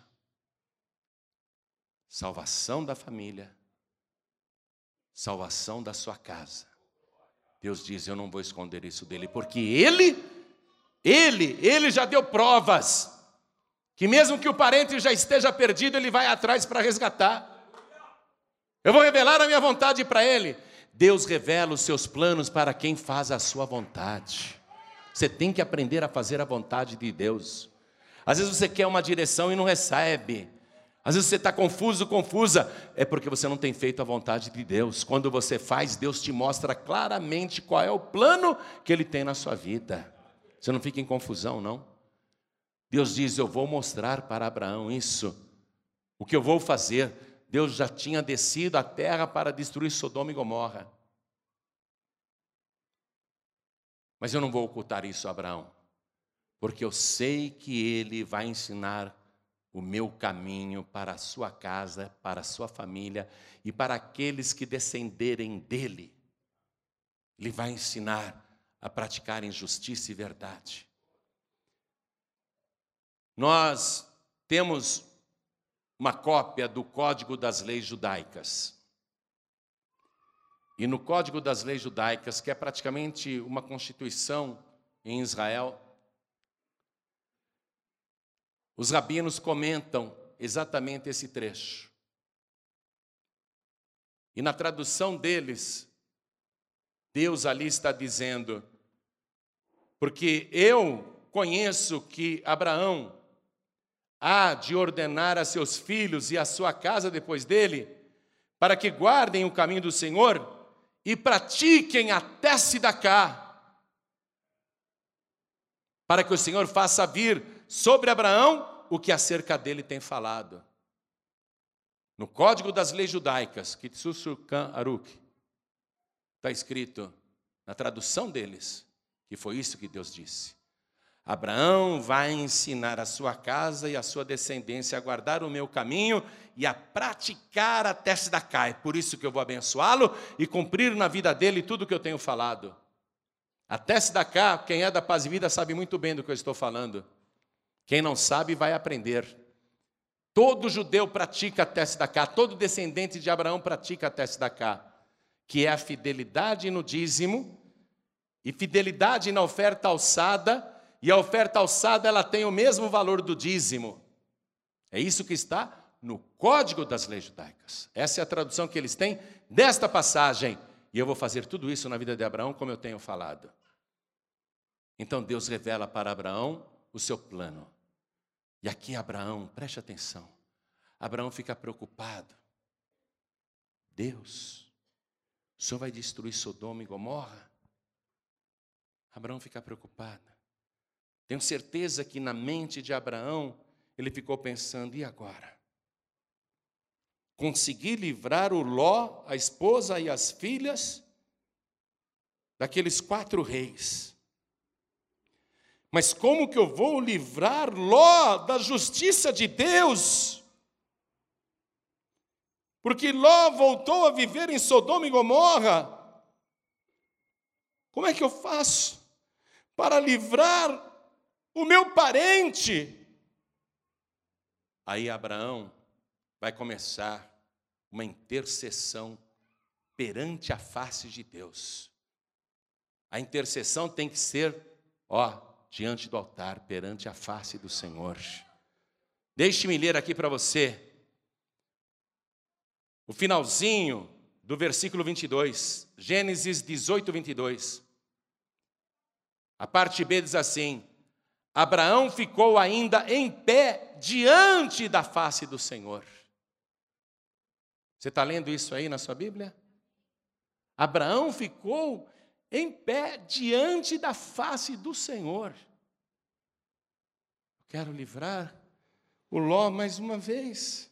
S1: salvação da família, salvação da sua casa. Deus diz: eu não vou esconder isso dele, porque ele já deu provas, que mesmo que o parente já esteja perdido, ele vai atrás para resgatar. Eu vou revelar a minha vontade para ele. Deus revela os seus planos para quem faz a sua vontade. Você tem que aprender a fazer a vontade de Deus. Às vezes você quer uma direção e não recebe. Às vezes você está confuso, confusa. É porque você não tem feito a vontade de Deus. Quando você faz, Deus te mostra claramente qual é o plano que Ele tem na sua vida. Você não fica em confusão, não. Deus diz: eu vou mostrar para Abraão isso. O que eu vou fazer. Deus já tinha descido à terra para destruir Sodoma e Gomorra. Mas eu não vou ocultar isso a Abraão, porque eu sei que ele vai ensinar o meu caminho para a sua casa, para a sua família e para aqueles que descenderem dele. Ele vai ensinar a praticarem justiça e verdade. Nós temos uma cópia do Código das Leis Judaicas. E no Código das Leis Judaicas, que é praticamente uma constituição em Israel, os rabinos comentam exatamente esse trecho. E na tradução deles, Deus ali está dizendo: porque eu conheço que Abraão há de ordenar a seus filhos e a sua casa depois dele, para que guardem o caminho do Senhor e pratiquem até Sidaká, para que o Senhor faça vir sobre Abraão o que acerca dele tem falado. No Código das Leis Judaicas, Kitsusurkan Aruk, está escrito, na tradução deles, que foi isso que Deus disse: Abraão vai ensinar a sua casa e a sua descendência a guardar o meu caminho e a praticar até Sidaká. É por isso que eu vou abençoá-lo e cumprir na vida dele tudo o que eu tenho falado. Até Sidaká, quem é da Paz e Vida sabe muito bem do que eu estou falando. Quem não sabe vai aprender. Todo judeu pratica até Sidaká, todo descendente de Abraão pratica até Sidaká, que é a fidelidade no dízimo e fidelidade na oferta alçada. E a oferta alçada, ela tem o mesmo valor do dízimo. É isso que está no Código das Leis Judaicas. Essa é a tradução que eles têm desta passagem. E eu vou fazer tudo isso na vida de Abraão, como eu tenho falado. Então Deus revela para Abraão o seu plano. E aqui Abraão, preste atenção. Abraão fica preocupado. Deus, o Senhor vai destruir Sodoma e Gomorra? Abraão fica preocupado. Tenho certeza que na mente de Abraão, ele ficou pensando, e agora? Consegui livrar o Ló, a esposa e as filhas daqueles 4 reis. Mas como que eu vou livrar Ló da justiça de Deus? Porque Ló voltou a viver em Sodoma e Gomorra. Como é que eu faço para livrar o meu parente? Aí Abraão vai começar uma intercessão perante a face de Deus. A intercessão tem que ser, diante do altar, perante a face do Senhor. Deixe-me ler aqui para você o finalzinho do versículo 22, Gênesis 18, 22. A parte B diz assim: Abraão ficou ainda em pé diante da face do Senhor. Você está lendo isso aí na sua Bíblia? Abraão ficou em pé diante da face do Senhor. Quero livrar o Ló mais uma vez.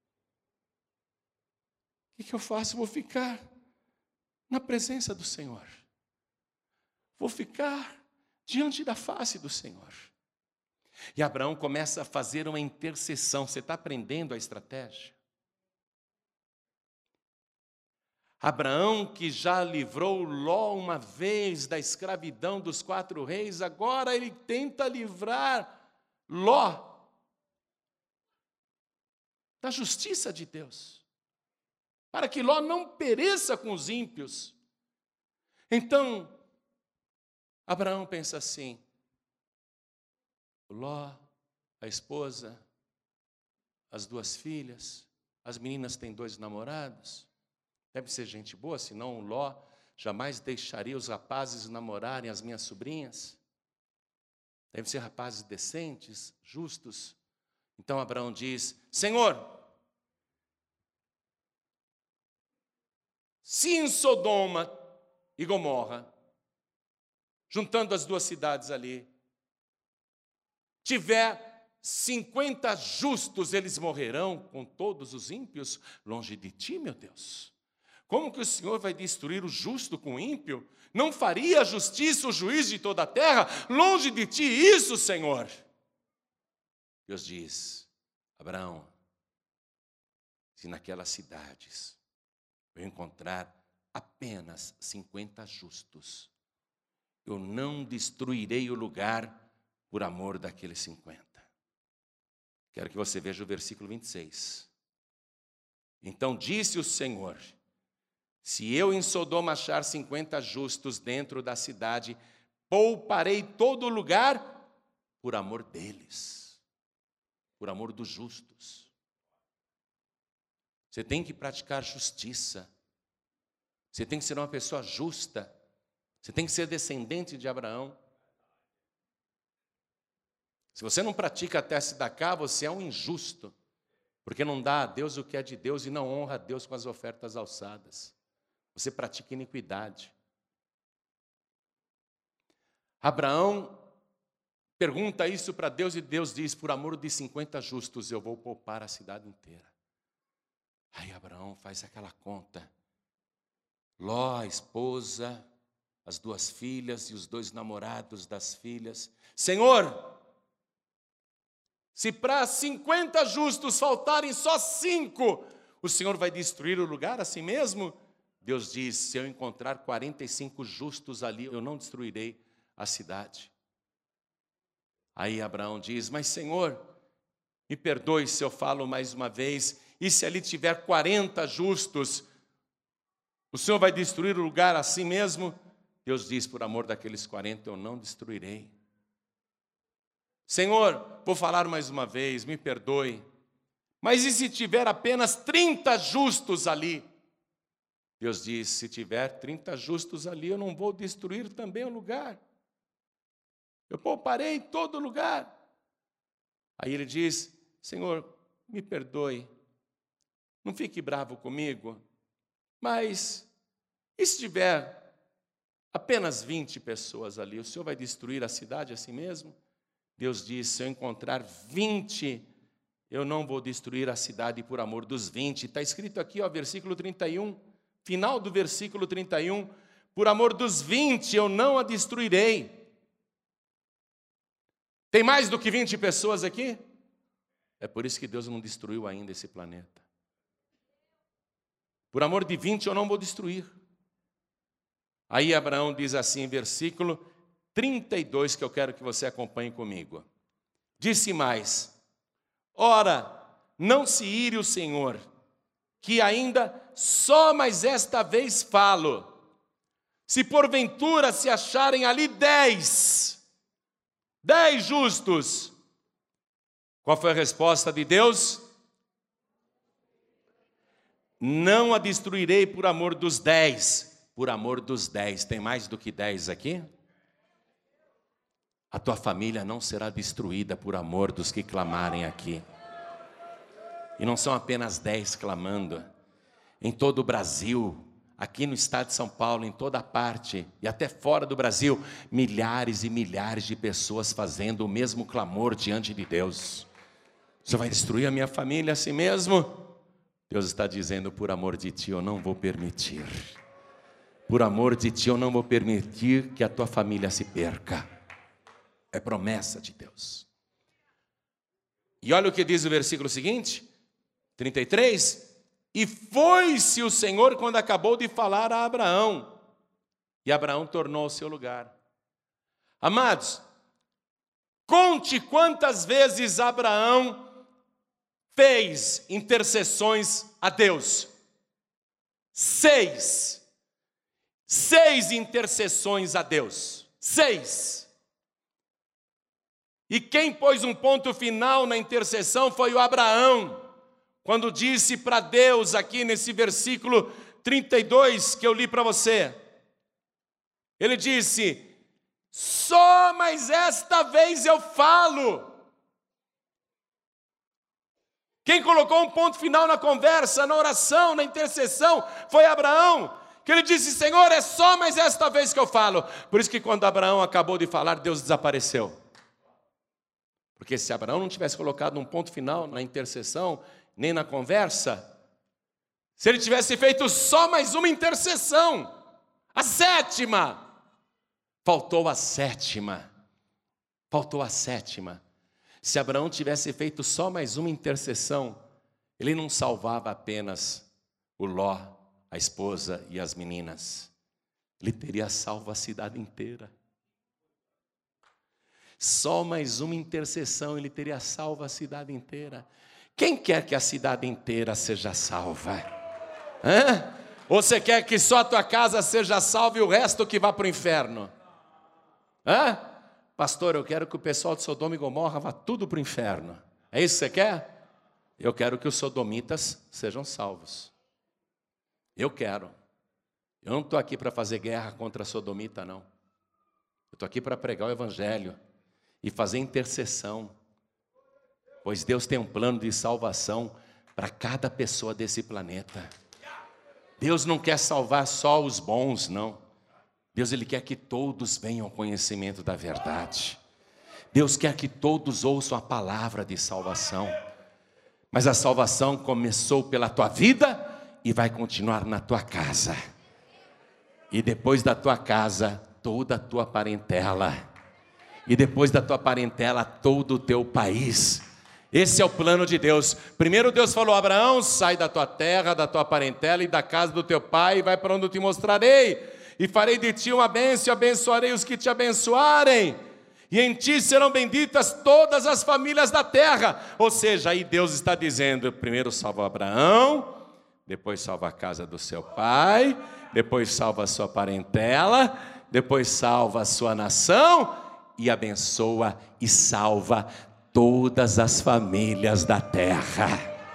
S1: O que eu faço? Vou ficar na presença do Senhor. Vou ficar diante da face do Senhor. E Abraão começa a fazer uma intercessão. Você está aprendendo a estratégia? Abraão, que já livrou Ló uma vez da escravidão dos 4 reis, agora ele tenta livrar Ló da justiça de Deus, para que Ló não pereça com os ímpios. Então, Abraão pensa assim: Ló, a esposa, as 2 filhas, as meninas têm 2 namorados, deve ser gente boa, senão o Ló jamais deixaria os rapazes namorarem as minhas sobrinhas. Devem ser rapazes decentes, justos. Então Abraão diz: Senhor, se em Sodoma e Gomorra, juntando as 2 cidades ali, tiver 50 justos, eles morrerão com todos os ímpios longe de ti, meu Deus. Como que o Senhor vai destruir o justo com o ímpio? Não faria a justiça o juiz de toda a terra? Longe de ti isso, Senhor. Deus diz: Abraão, se naquelas cidades eu encontrar apenas 50 justos, eu não destruirei o lugar por amor daqueles 50. Quero que você veja o versículo 26. Então disse o Senhor: se eu em Sodoma achar 50 justos dentro da cidade, pouparei todo o lugar por amor deles, por amor dos justos. Você tem que praticar justiça. Você tem que ser uma pessoa justa. Você tem que ser descendente de Abraão. Se você não pratica a tese da cá, você é um injusto, porque não dá a Deus o que é de Deus e não honra a Deus com as ofertas alçadas. Você pratica iniquidade. Abraão pergunta isso para Deus e Deus diz: por amor de 50 justos eu vou poupar a cidade inteira. Aí Abraão faz aquela conta. Ló, a esposa, as 2 filhas e os 2 namorados das filhas. Senhor, se para 50 justos faltarem só 5, o Senhor vai destruir o lugar assim mesmo? Deus diz: se eu encontrar 45 justos ali, eu não destruirei a cidade. Aí Abraão diz: mas Senhor, me perdoe se eu falo mais uma vez, e se ali tiver 40 justos, o Senhor vai destruir o lugar assim mesmo? Deus diz: por amor daqueles 40 eu não destruirei. Senhor, vou falar mais uma vez, me perdoe, mas e se tiver apenas 30 justos ali? Deus diz: se tiver 30 justos ali, eu não vou destruir também o lugar. Eu pouparei todo lugar. Aí ele diz: Senhor, me perdoe, não fique bravo comigo, mas e se tiver apenas 20 pessoas ali, o Senhor vai destruir a cidade assim mesmo? Deus disse: se eu encontrar 20, eu não vou destruir a cidade por amor dos 20. Está escrito aqui, ó, versículo 31, final do versículo 31, por amor dos 20 eu não a destruirei. Tem mais do que 20 pessoas aqui? É por isso que Deus não destruiu ainda esse planeta. Por amor de 20 eu não vou destruir. Aí Abraão diz assim, versículo 32, que eu quero que você acompanhe comigo. Disse mais: ora, não se ire o Senhor, que ainda só mais esta vez falo. Se porventura se acharem ali 10 justos. Qual foi a resposta de Deus? Não a destruirei por amor dos 10. Por amor dos 10. Tem mais do que 10 aqui? A tua família não será destruída por amor dos que clamarem aqui. E não são apenas 10 clamando. Em todo o Brasil, aqui no estado de São Paulo, em toda parte, e até fora do Brasil, milhares e milhares de pessoas fazendo o mesmo clamor diante de Deus. Você vai destruir a minha família assim mesmo? Deus está dizendo: por amor de ti eu não vou permitir. Por amor de ti eu não vou permitir que a tua família se perca. É promessa de Deus. E olha o que diz o versículo seguinte, 33. E foi-se o Senhor quando acabou de falar a Abraão. E Abraão tornou ao seu lugar. Amados, conte quantas vezes Abraão fez intercessões a Deus. 6. 6 intercessões a Deus. 6. E quem pôs um ponto final na intercessão foi o Abraão, quando disse para Deus, aqui nesse versículo 32 que eu li para você. Ele disse: só mais esta vez eu falo. Quem colocou um ponto final na conversa, na oração, na intercessão, foi Abraão, que ele disse: Senhor, é só mais esta vez que eu falo. Por isso que quando Abraão acabou de falar, Deus desapareceu. Porque se Abraão não tivesse colocado um ponto final na intercessão, nem na conversa, se ele tivesse feito só mais uma intercessão, a 7ª, faltou a 7ª, faltou a 7ª. Se Abraão tivesse feito só mais uma intercessão, ele não salvava apenas o Ló, a esposa e as meninas, ele teria salvo a cidade inteira. Só mais uma intercessão, ele teria salvo a cidade inteira. Quem quer que a cidade inteira seja salva? Hã? Ou você quer que só a tua casa seja salva e o resto que vá para o inferno? Hã? Pastor, eu quero que o pessoal de Sodoma e Gomorra vá tudo para o inferno. É isso que você quer? Eu quero que os sodomitas sejam salvos. Eu quero. Eu não estou aqui para fazer guerra contra a sodomita, não. Eu estou aqui para pregar o evangelho e fazer intercessão. Pois Deus tem um plano de salvação para cada pessoa desse planeta. Deus não quer salvar só os bons, não. Deus, Ele quer que todos venham ao conhecimento da verdade. Deus quer que todos ouçam a palavra de salvação. Mas a salvação começou pela tua vida e vai continuar na tua casa. E depois da tua casa, toda a tua parentela. E depois da tua parentela, todo o teu país. Esse é o plano de Deus. Primeiro Deus falou: Abraão, sai da tua terra, da tua parentela e da casa do teu pai, e vai para onde eu te mostrarei. E farei de ti uma bênção, e abençoarei os que te abençoarem. E em ti serão benditas todas as famílias da terra. Ou seja, aí Deus está dizendo: primeiro salva Abraão, depois salva a casa do seu pai, depois salva a sua parentela, depois salva a sua nação, e abençoa e salva todas as famílias da terra.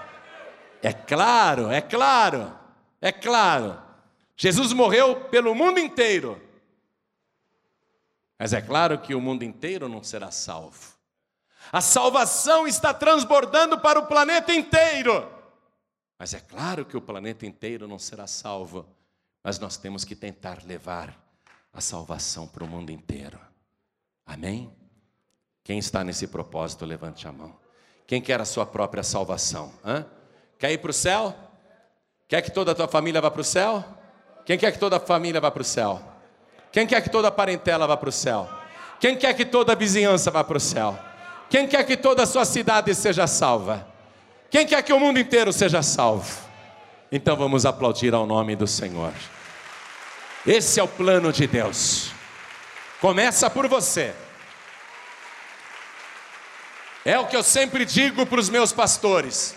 S1: É claro, é claro, é claro. Jesus morreu pelo mundo inteiro. Mas é claro que o mundo inteiro não será salvo. A salvação está transbordando para o planeta inteiro. Mas é claro que o planeta inteiro não será salvo. Mas nós temos que tentar levar a salvação para o mundo inteiro. Amém? Quem está nesse propósito, levante a mão. Quem quer a sua própria salvação? Quer ir para o céu? Quer que toda a tua família vá para o céu? Quem quer que toda a família vá para o céu? Quem quer que toda a parentela vá para o céu? Quem quer que toda a vizinhança vá para o céu? Quem quer que toda a sua cidade seja salva? Quem quer que o mundo inteiro seja salvo? Então vamos aplaudir ao nome do Senhor. Esse é o plano de Deus. Começa por você. É o que eu sempre digo para os meus pastores.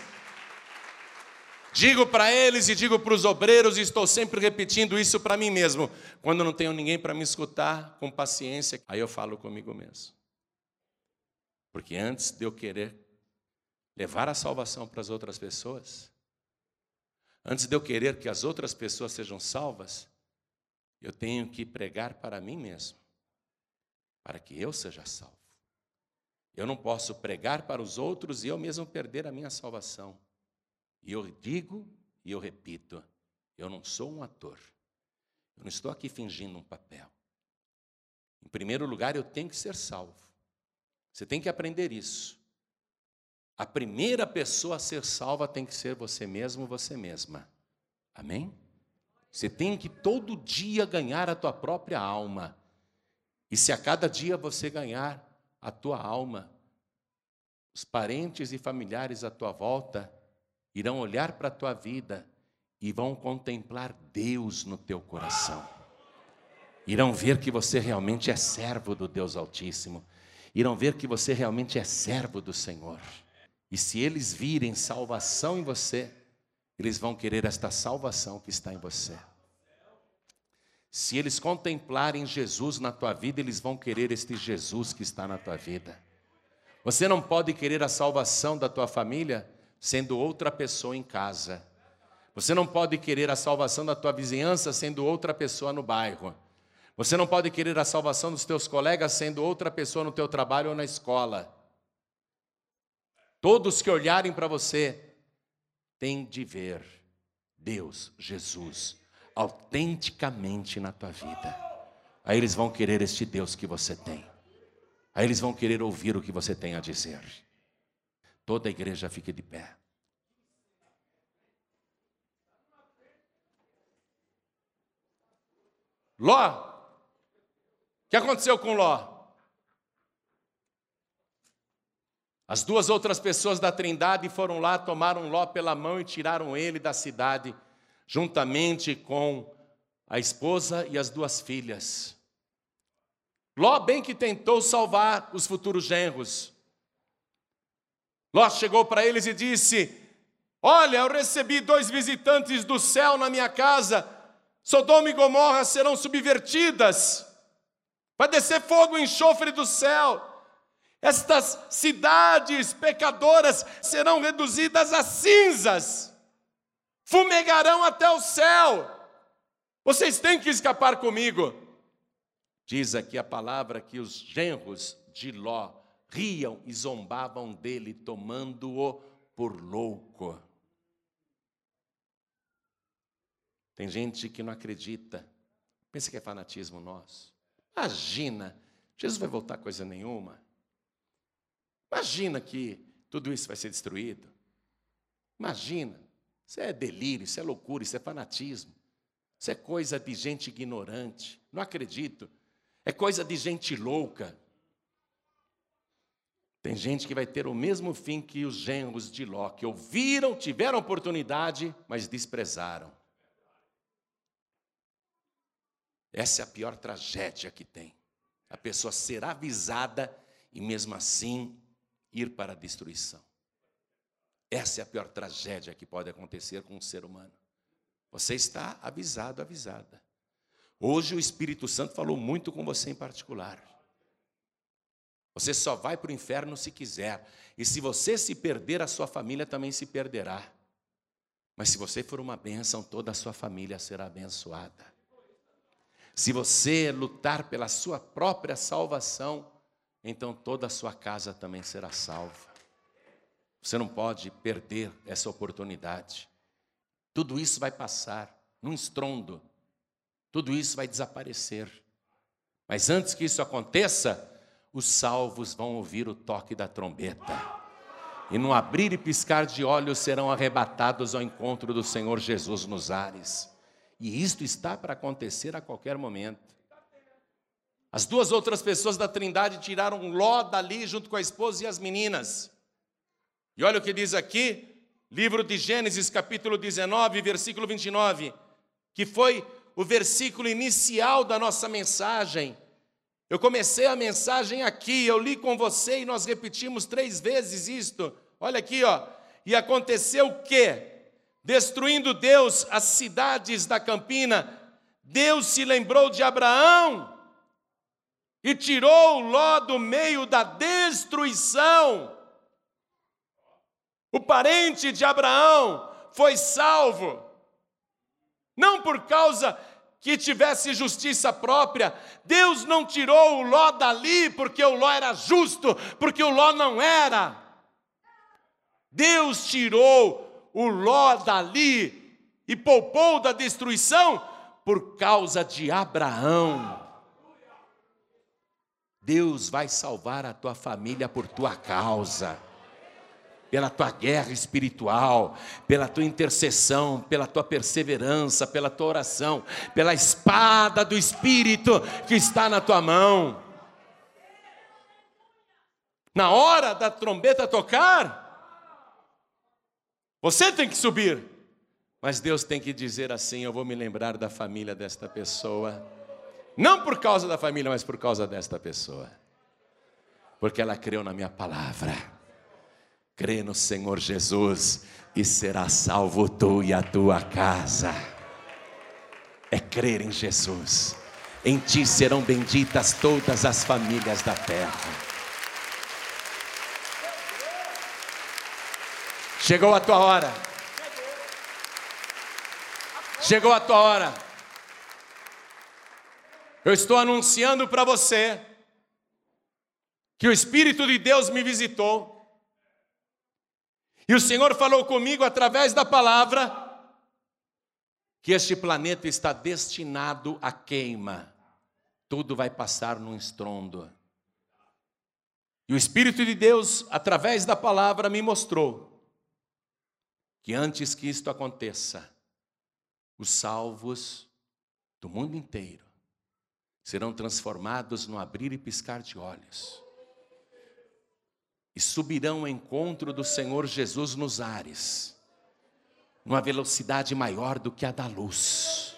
S1: Digo para eles e digo para os obreiros, e estou sempre repetindo isso para mim mesmo. Quando não tenho ninguém para me escutar, com paciência, aí eu falo comigo mesmo. Porque antes de eu querer levar a salvação para as outras pessoas, antes de eu querer que as outras pessoas sejam salvas, eu tenho que pregar para mim mesmo, para que eu seja salvo. Eu não posso pregar para os outros e eu mesmo perder a minha salvação. E eu digo e eu repito, eu não sou um ator. Eu não estou aqui fingindo um papel. Em primeiro lugar, eu tenho que ser salvo. Você tem que aprender isso. A primeira pessoa a ser salva tem que ser você mesmo, você mesma. Amém? Você tem que todo dia ganhar a tua própria alma. E se a cada dia você ganhar a tua alma, os parentes e familiares à tua volta irão olhar para a tua vida e vão contemplar Deus no teu coração. Irão ver que você realmente é servo do Deus Altíssimo. Irão ver que você realmente é servo do Senhor. E se eles virem salvação em você, eles vão querer esta salvação que está em você. Se eles contemplarem Jesus na tua vida, eles vão querer este Jesus que está na tua vida. Você não pode querer a salvação da tua família sendo outra pessoa em casa. Você não pode querer a salvação da tua vizinhança sendo outra pessoa no bairro. Você não pode querer a salvação dos teus colegas sendo outra pessoa no teu trabalho ou na escola. Todos que olharem para você têm de ver Deus, Jesus, autenticamente na tua vida. Aí eles vão querer este Deus que você tem. Aí eles vão querer ouvir o que você tem a dizer. Toda a igreja fique de pé. Ló, o que aconteceu com Ló? As duas outras pessoas da Trindade foram lá, tomaram Ló pela mão e tiraram ele da cidade, juntamente com a esposa e as duas filhas. Ló bem que tentou salvar os futuros genros. Ló chegou para eles e disse: olha, eu recebi 2 visitantes do céu na minha casa, Sodoma e Gomorra serão subvertidas, vai descer fogo e enxofre do céu, estas cidades pecadoras serão reduzidas a cinzas, fumegarão até o céu, vocês têm que escapar comigo. Diz aqui a palavra que os genros de Ló riam e zombavam dele, tomando-o por louco. Tem gente que não acredita, pensa que é fanatismo nosso. Imagina, Jesus vai voltar coisa nenhuma. Imagina que tudo isso vai ser destruído. Imagina, isso é delírio, isso é loucura, isso é fanatismo. Isso é coisa de gente ignorante, não acredito. É coisa de gente louca. Tem gente que vai ter o mesmo fim que os genros de Ló, que ouviram, tiveram oportunidade, mas desprezaram. Essa é a pior tragédia que tem. A pessoa ser avisada e mesmo assim ir para a destruição. Essa é a pior tragédia que pode acontecer com um ser humano. Você está avisado, avisada. Hoje o Espírito Santo falou muito com você em particular. Você só vai para o inferno se quiser. E se você se perder, a sua família também se perderá. Mas se você for uma bênção, toda a sua família será abençoada. Se você lutar pela sua própria salvação, então toda a sua casa também será salva. Você não pode perder essa oportunidade. Tudo isso vai passar num estrondo. Tudo isso vai desaparecer. Mas antes que isso aconteça, os salvos vão ouvir o toque da trombeta. E no abrir e piscar de olhos serão arrebatados ao encontro do Senhor Jesus nos ares. E isto está para acontecer a qualquer momento. As duas outras pessoas da Trindade tiraram Ló dali junto com a esposa e as meninas. E olha o que diz aqui, livro de Gênesis, capítulo 19, versículo 29, que foi o versículo inicial da nossa mensagem. Eu comecei a mensagem aqui, eu li com você e nós repetimos 3 vezes isto. Olha aqui, ó. E aconteceu o quê? Destruindo Deus as cidades da campina, Deus se lembrou de Abraão e tirou Ló do meio da destruição. O parente de Abraão foi salvo, não por causa que tivesse justiça própria. Deus não tirou o Ló dali porque o Ló era justo, porque o Ló não era. Deus tirou o Ló dali e poupou da destruição por causa de Abraão. Deus vai salvar a tua família por tua causa, pela tua guerra espiritual, pela tua intercessão, pela tua perseverança, pela tua oração, pela espada do Espírito que está na tua mão. Na hora da trombeta tocar, você tem que subir, mas Deus tem que dizer assim: eu vou me lembrar da família desta pessoa, não por causa da família, mas por causa desta pessoa, porque ela creu na minha palavra. Crê no Senhor Jesus e será salvo tu e a tua casa. É crer em Jesus. Em ti serão benditas todas as famílias da terra. Chegou a tua hora. Chegou a tua hora. Eu estou anunciando para você que o Espírito de Deus me visitou. E o Senhor falou comigo através da palavra que este planeta está destinado à queima. Tudo vai passar num estrondo. E o Espírito de Deus, através da palavra, me mostrou que antes que isto aconteça, os salvos do mundo inteiro serão transformados no abrir e piscar de olhos. E subirão ao encontro do Senhor Jesus nos ares, numa velocidade maior do que a da luz.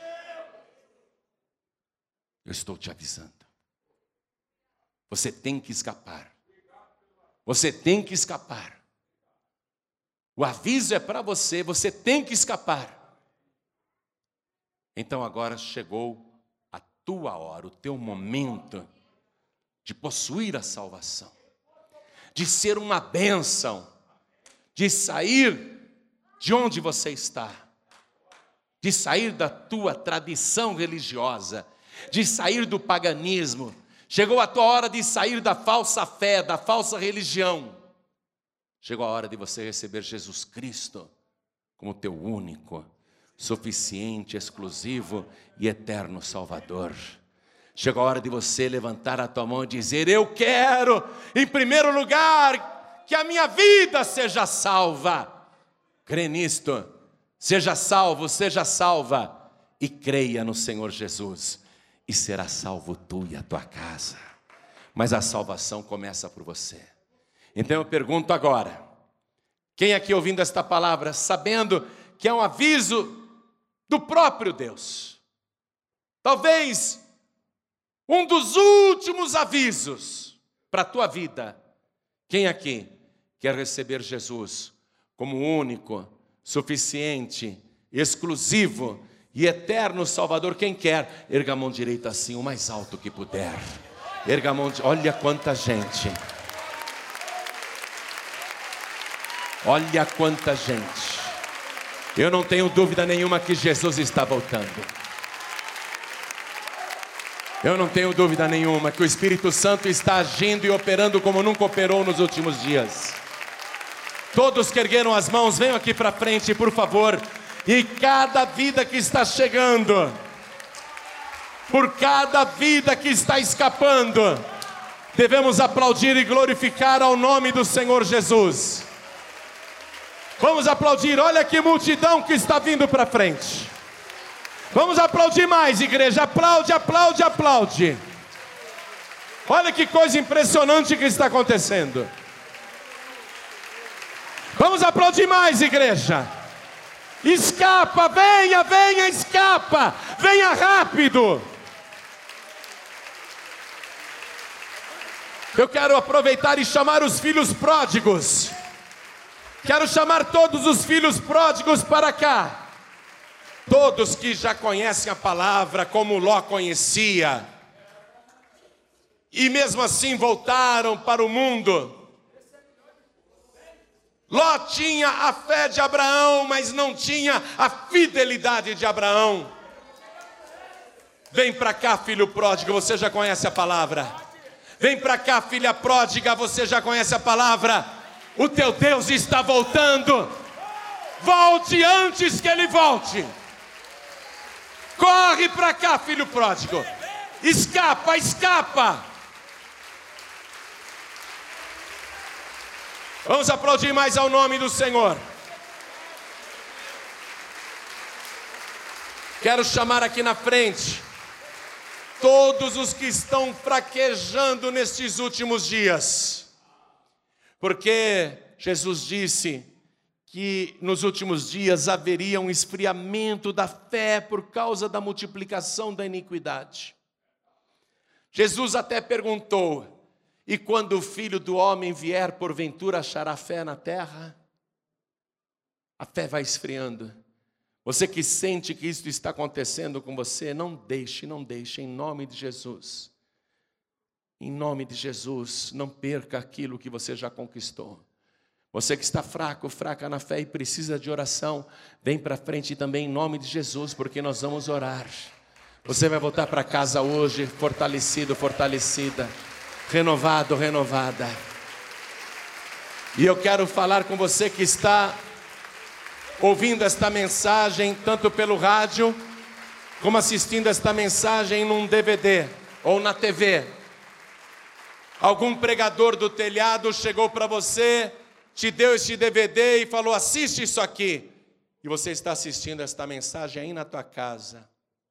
S1: Eu estou te avisando. Você tem que escapar. Você tem que escapar. O aviso é para você, você tem que escapar. Então agora chegou a tua hora, o teu momento de possuir a salvação, de ser uma bênção, de sair de onde você está, de sair da tua tradição religiosa, de sair do paganismo. Chegou a tua hora de sair da falsa fé, da falsa religião. Chegou a hora de você receber Jesus Cristo como teu único, suficiente, exclusivo e eterno Salvador. Chegou a hora de você levantar a tua mão e dizer: eu quero, em primeiro lugar, que a minha vida seja salva. Crê nisto, seja salvo, seja salva, e creia no Senhor Jesus, e será salvo tu e a tua casa. Mas a salvação começa por você. Então eu pergunto agora, quem aqui ouvindo esta palavra, sabendo que é um aviso do próprio Deus, talvez um dos últimos avisos para a tua vida, quem aqui quer receber Jesus como único, suficiente, exclusivo e eterno Salvador? Quem quer? Erga a mão direita assim, o mais alto que puder. Erga a mão, olha quanta gente. Olha quanta gente. Eu não tenho dúvida nenhuma que Jesus está voltando. Eu não tenho dúvida nenhuma que o Espírito Santo está agindo e operando como nunca operou nos últimos dias. Todos que ergueram as mãos, venham aqui para frente, por favor. E cada vida que está chegando, por cada vida que está escapando, devemos aplaudir e glorificar ao nome do Senhor Jesus. Vamos aplaudir, olha que multidão que está vindo para frente. Vamos aplaudir mais, igreja, aplaude, aplaude, aplaude. Olha que coisa impressionante que está acontecendo. Vamos aplaudir mais, igreja. Escapa, venha, venha, escapa, venha rápido. Eu quero aproveitar e chamar os filhos pródigos. Quero chamar todos os filhos pródigos para cá. Todos que já conhecem a palavra como Ló conhecia. E mesmo assim voltaram para o mundo. Ló tinha a fé de Abraão, mas não tinha a fidelidade de Abraão. Vem para cá, filho pródigo, você já conhece a palavra. Vem para cá, filha pródiga, você já conhece a palavra. O teu Deus está voltando. Volte antes que Ele volte. Corre para cá, filho pródigo. Escapa, escapa. Vamos aplaudir mais ao nome do Senhor. Quero chamar aqui na frente todos os que estão fraquejando nestes últimos dias. Porque Jesus disse que nos últimos dias haveria um esfriamento da fé por causa da multiplicação da iniquidade. Jesus até perguntou: e quando o Filho do Homem vier, porventura achará fé na terra? A fé vai esfriando. Você que sente que isso está acontecendo com você, não deixe, em nome de Jesus. Em nome de Jesus, não perca aquilo que você já conquistou. Você que está fraco, fraca na fé e precisa de oração, vem para frente também em nome de Jesus, porque nós vamos orar. Você vai voltar para casa hoje fortalecido, fortalecida, renovado, renovada. E eu quero falar com você que está ouvindo esta mensagem, tanto pelo rádio, como assistindo esta mensagem num DVD ou na TV. Algum pregador do telhado chegou para você, te deu este DVD e falou: assiste isso aqui. E você está assistindo esta mensagem aí na tua casa.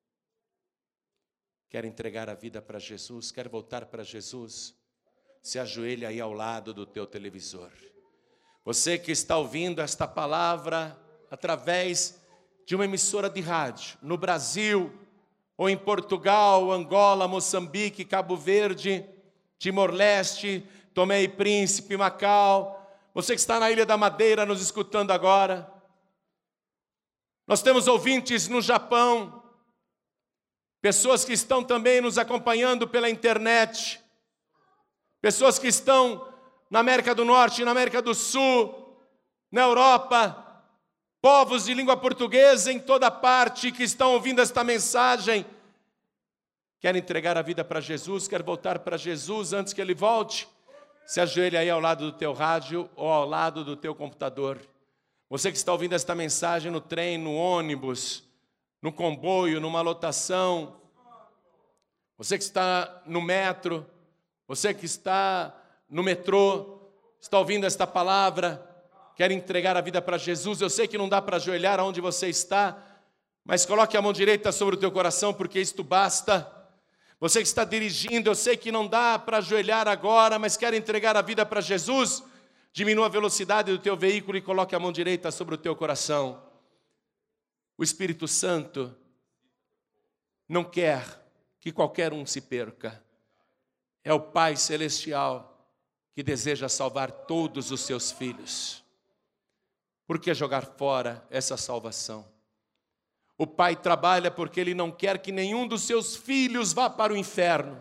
S1: Quer entregar a vida para Jesus? Quer voltar para Jesus? Se ajoelha aí ao lado do teu televisor. Você que está ouvindo esta palavra através de uma emissora de rádio, no Brasil, ou em Portugal, Angola, Moçambique, Cabo Verde, Timor-Leste, Tomé e Príncipe, Macau. Você que está na Ilha da Madeira nos escutando agora. Nós temos ouvintes no Japão. Pessoas que estão também nos acompanhando pela internet. Pessoas que estão na América do Norte, na América do Sul, na Europa. Povos de língua portuguesa em toda parte que estão ouvindo esta mensagem. Quer entregar a vida para Jesus, quer voltar para Jesus antes que Ele volte? Se ajoelha aí ao lado do teu rádio ou ao lado do teu computador. Você que está ouvindo esta mensagem no trem, no ônibus, no comboio, numa lotação. Você que está no metro, você que está no metrô, está ouvindo esta palavra, quer entregar a vida para Jesus. Eu sei que não dá para ajoelhar onde você está, mas coloque a mão direita sobre o teu coração, porque isto basta. Você que está dirigindo, eu sei que não dá para ajoelhar agora, mas quer entregar a vida para Jesus, diminua a velocidade do teu veículo e coloque a mão direita sobre o teu coração. O Espírito Santo não quer que qualquer um se perca. É o Pai Celestial que deseja salvar todos os seus filhos. Por que jogar fora essa salvação? O Pai trabalha porque Ele não quer que nenhum dos seus filhos vá para o inferno.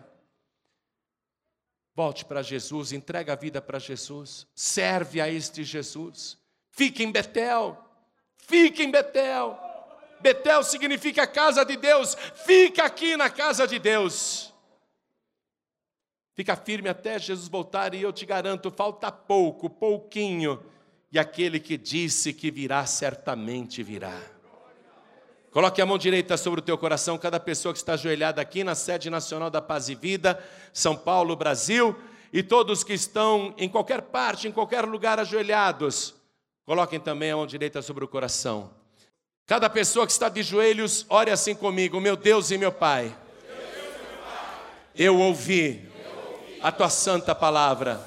S1: Volte para Jesus, entrega a vida para Jesus, serve a este Jesus. Fique em Betel, fique em Betel. Betel significa casa de Deus, fica aqui na casa de Deus. Fica firme até Jesus voltar e eu te garanto, falta pouco, pouquinho. E aquele que disse que virá, certamente virá. Coloque a mão direita sobre o teu coração, cada pessoa que está ajoelhada aqui na sede nacional da Paz e Vida, São Paulo, Brasil. E todos que estão em qualquer parte, em qualquer lugar ajoelhados, coloquem também a mão direita sobre o coração. Cada pessoa que está de joelhos, ore assim comigo: meu Deus e meu Pai, eu ouvi a tua santa palavra,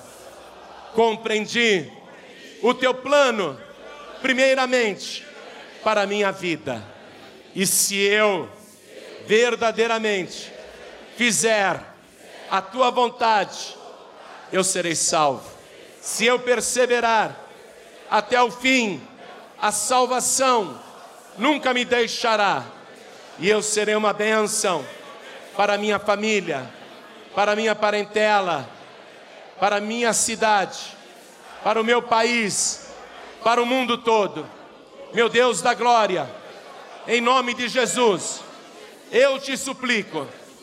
S1: compreendi o teu plano, primeiramente, para a minha vida. E se eu verdadeiramente fizer a tua vontade, eu serei salvo. Se eu perseverar até o fim, a salvação nunca me deixará. E eu serei uma bênção para a minha família, para a minha parentela, para a minha cidade, para o meu país, para o mundo todo. Meu Deus da glória, em nome de Jesus, eu te suplico,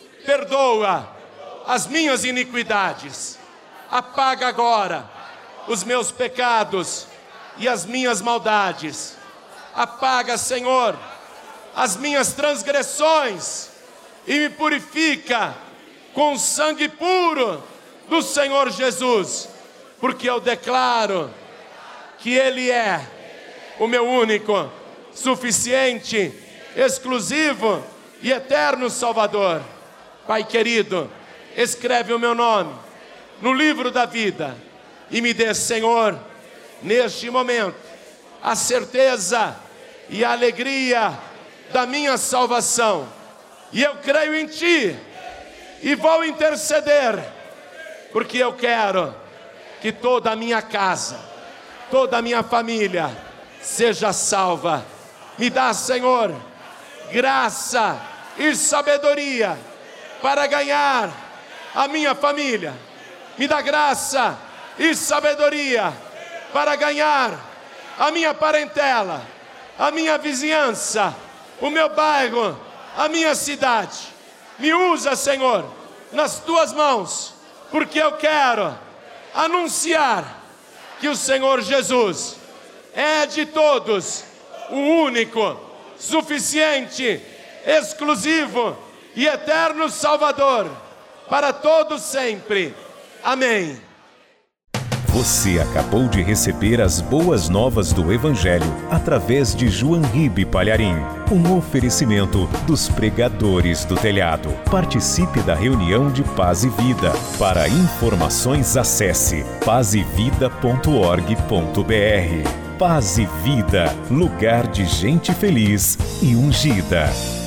S1: perdoa as minhas iniquidades, apaga agora os meus pecados e as minhas maldades. Apaga, Senhor, as minhas transgressões e me purifica com o sangue puro do Senhor Jesus, porque eu declaro que Ele é o meu único, suficiente, exclusivo e eterno Salvador. Pai querido, escreve o meu nome no livro da vida e me dê, Senhor, neste momento, a certeza e a alegria da minha salvação. E eu creio em Ti e vou interceder, porque eu quero que toda a minha casa, toda a minha família seja salva. Me dá, Senhor, graça e sabedoria para ganhar a minha família. Me dá graça e sabedoria para ganhar a minha parentela, a minha vizinhança, o meu bairro, a minha cidade. Me usa, Senhor, nas Tuas mãos, porque eu quero anunciar que o Senhor Jesus é de todos o único, suficiente, exclusivo e eterno Salvador, para todos sempre. Amém.
S2: Você acabou de receber as boas novas do Evangelho através de João Ribe Palharim, um oferecimento dos pregadores do telhado. Participe da reunião de Paz e Vida. Para informações, acesse pazevida.org.br. Paz e Vida, lugar de gente feliz e ungida.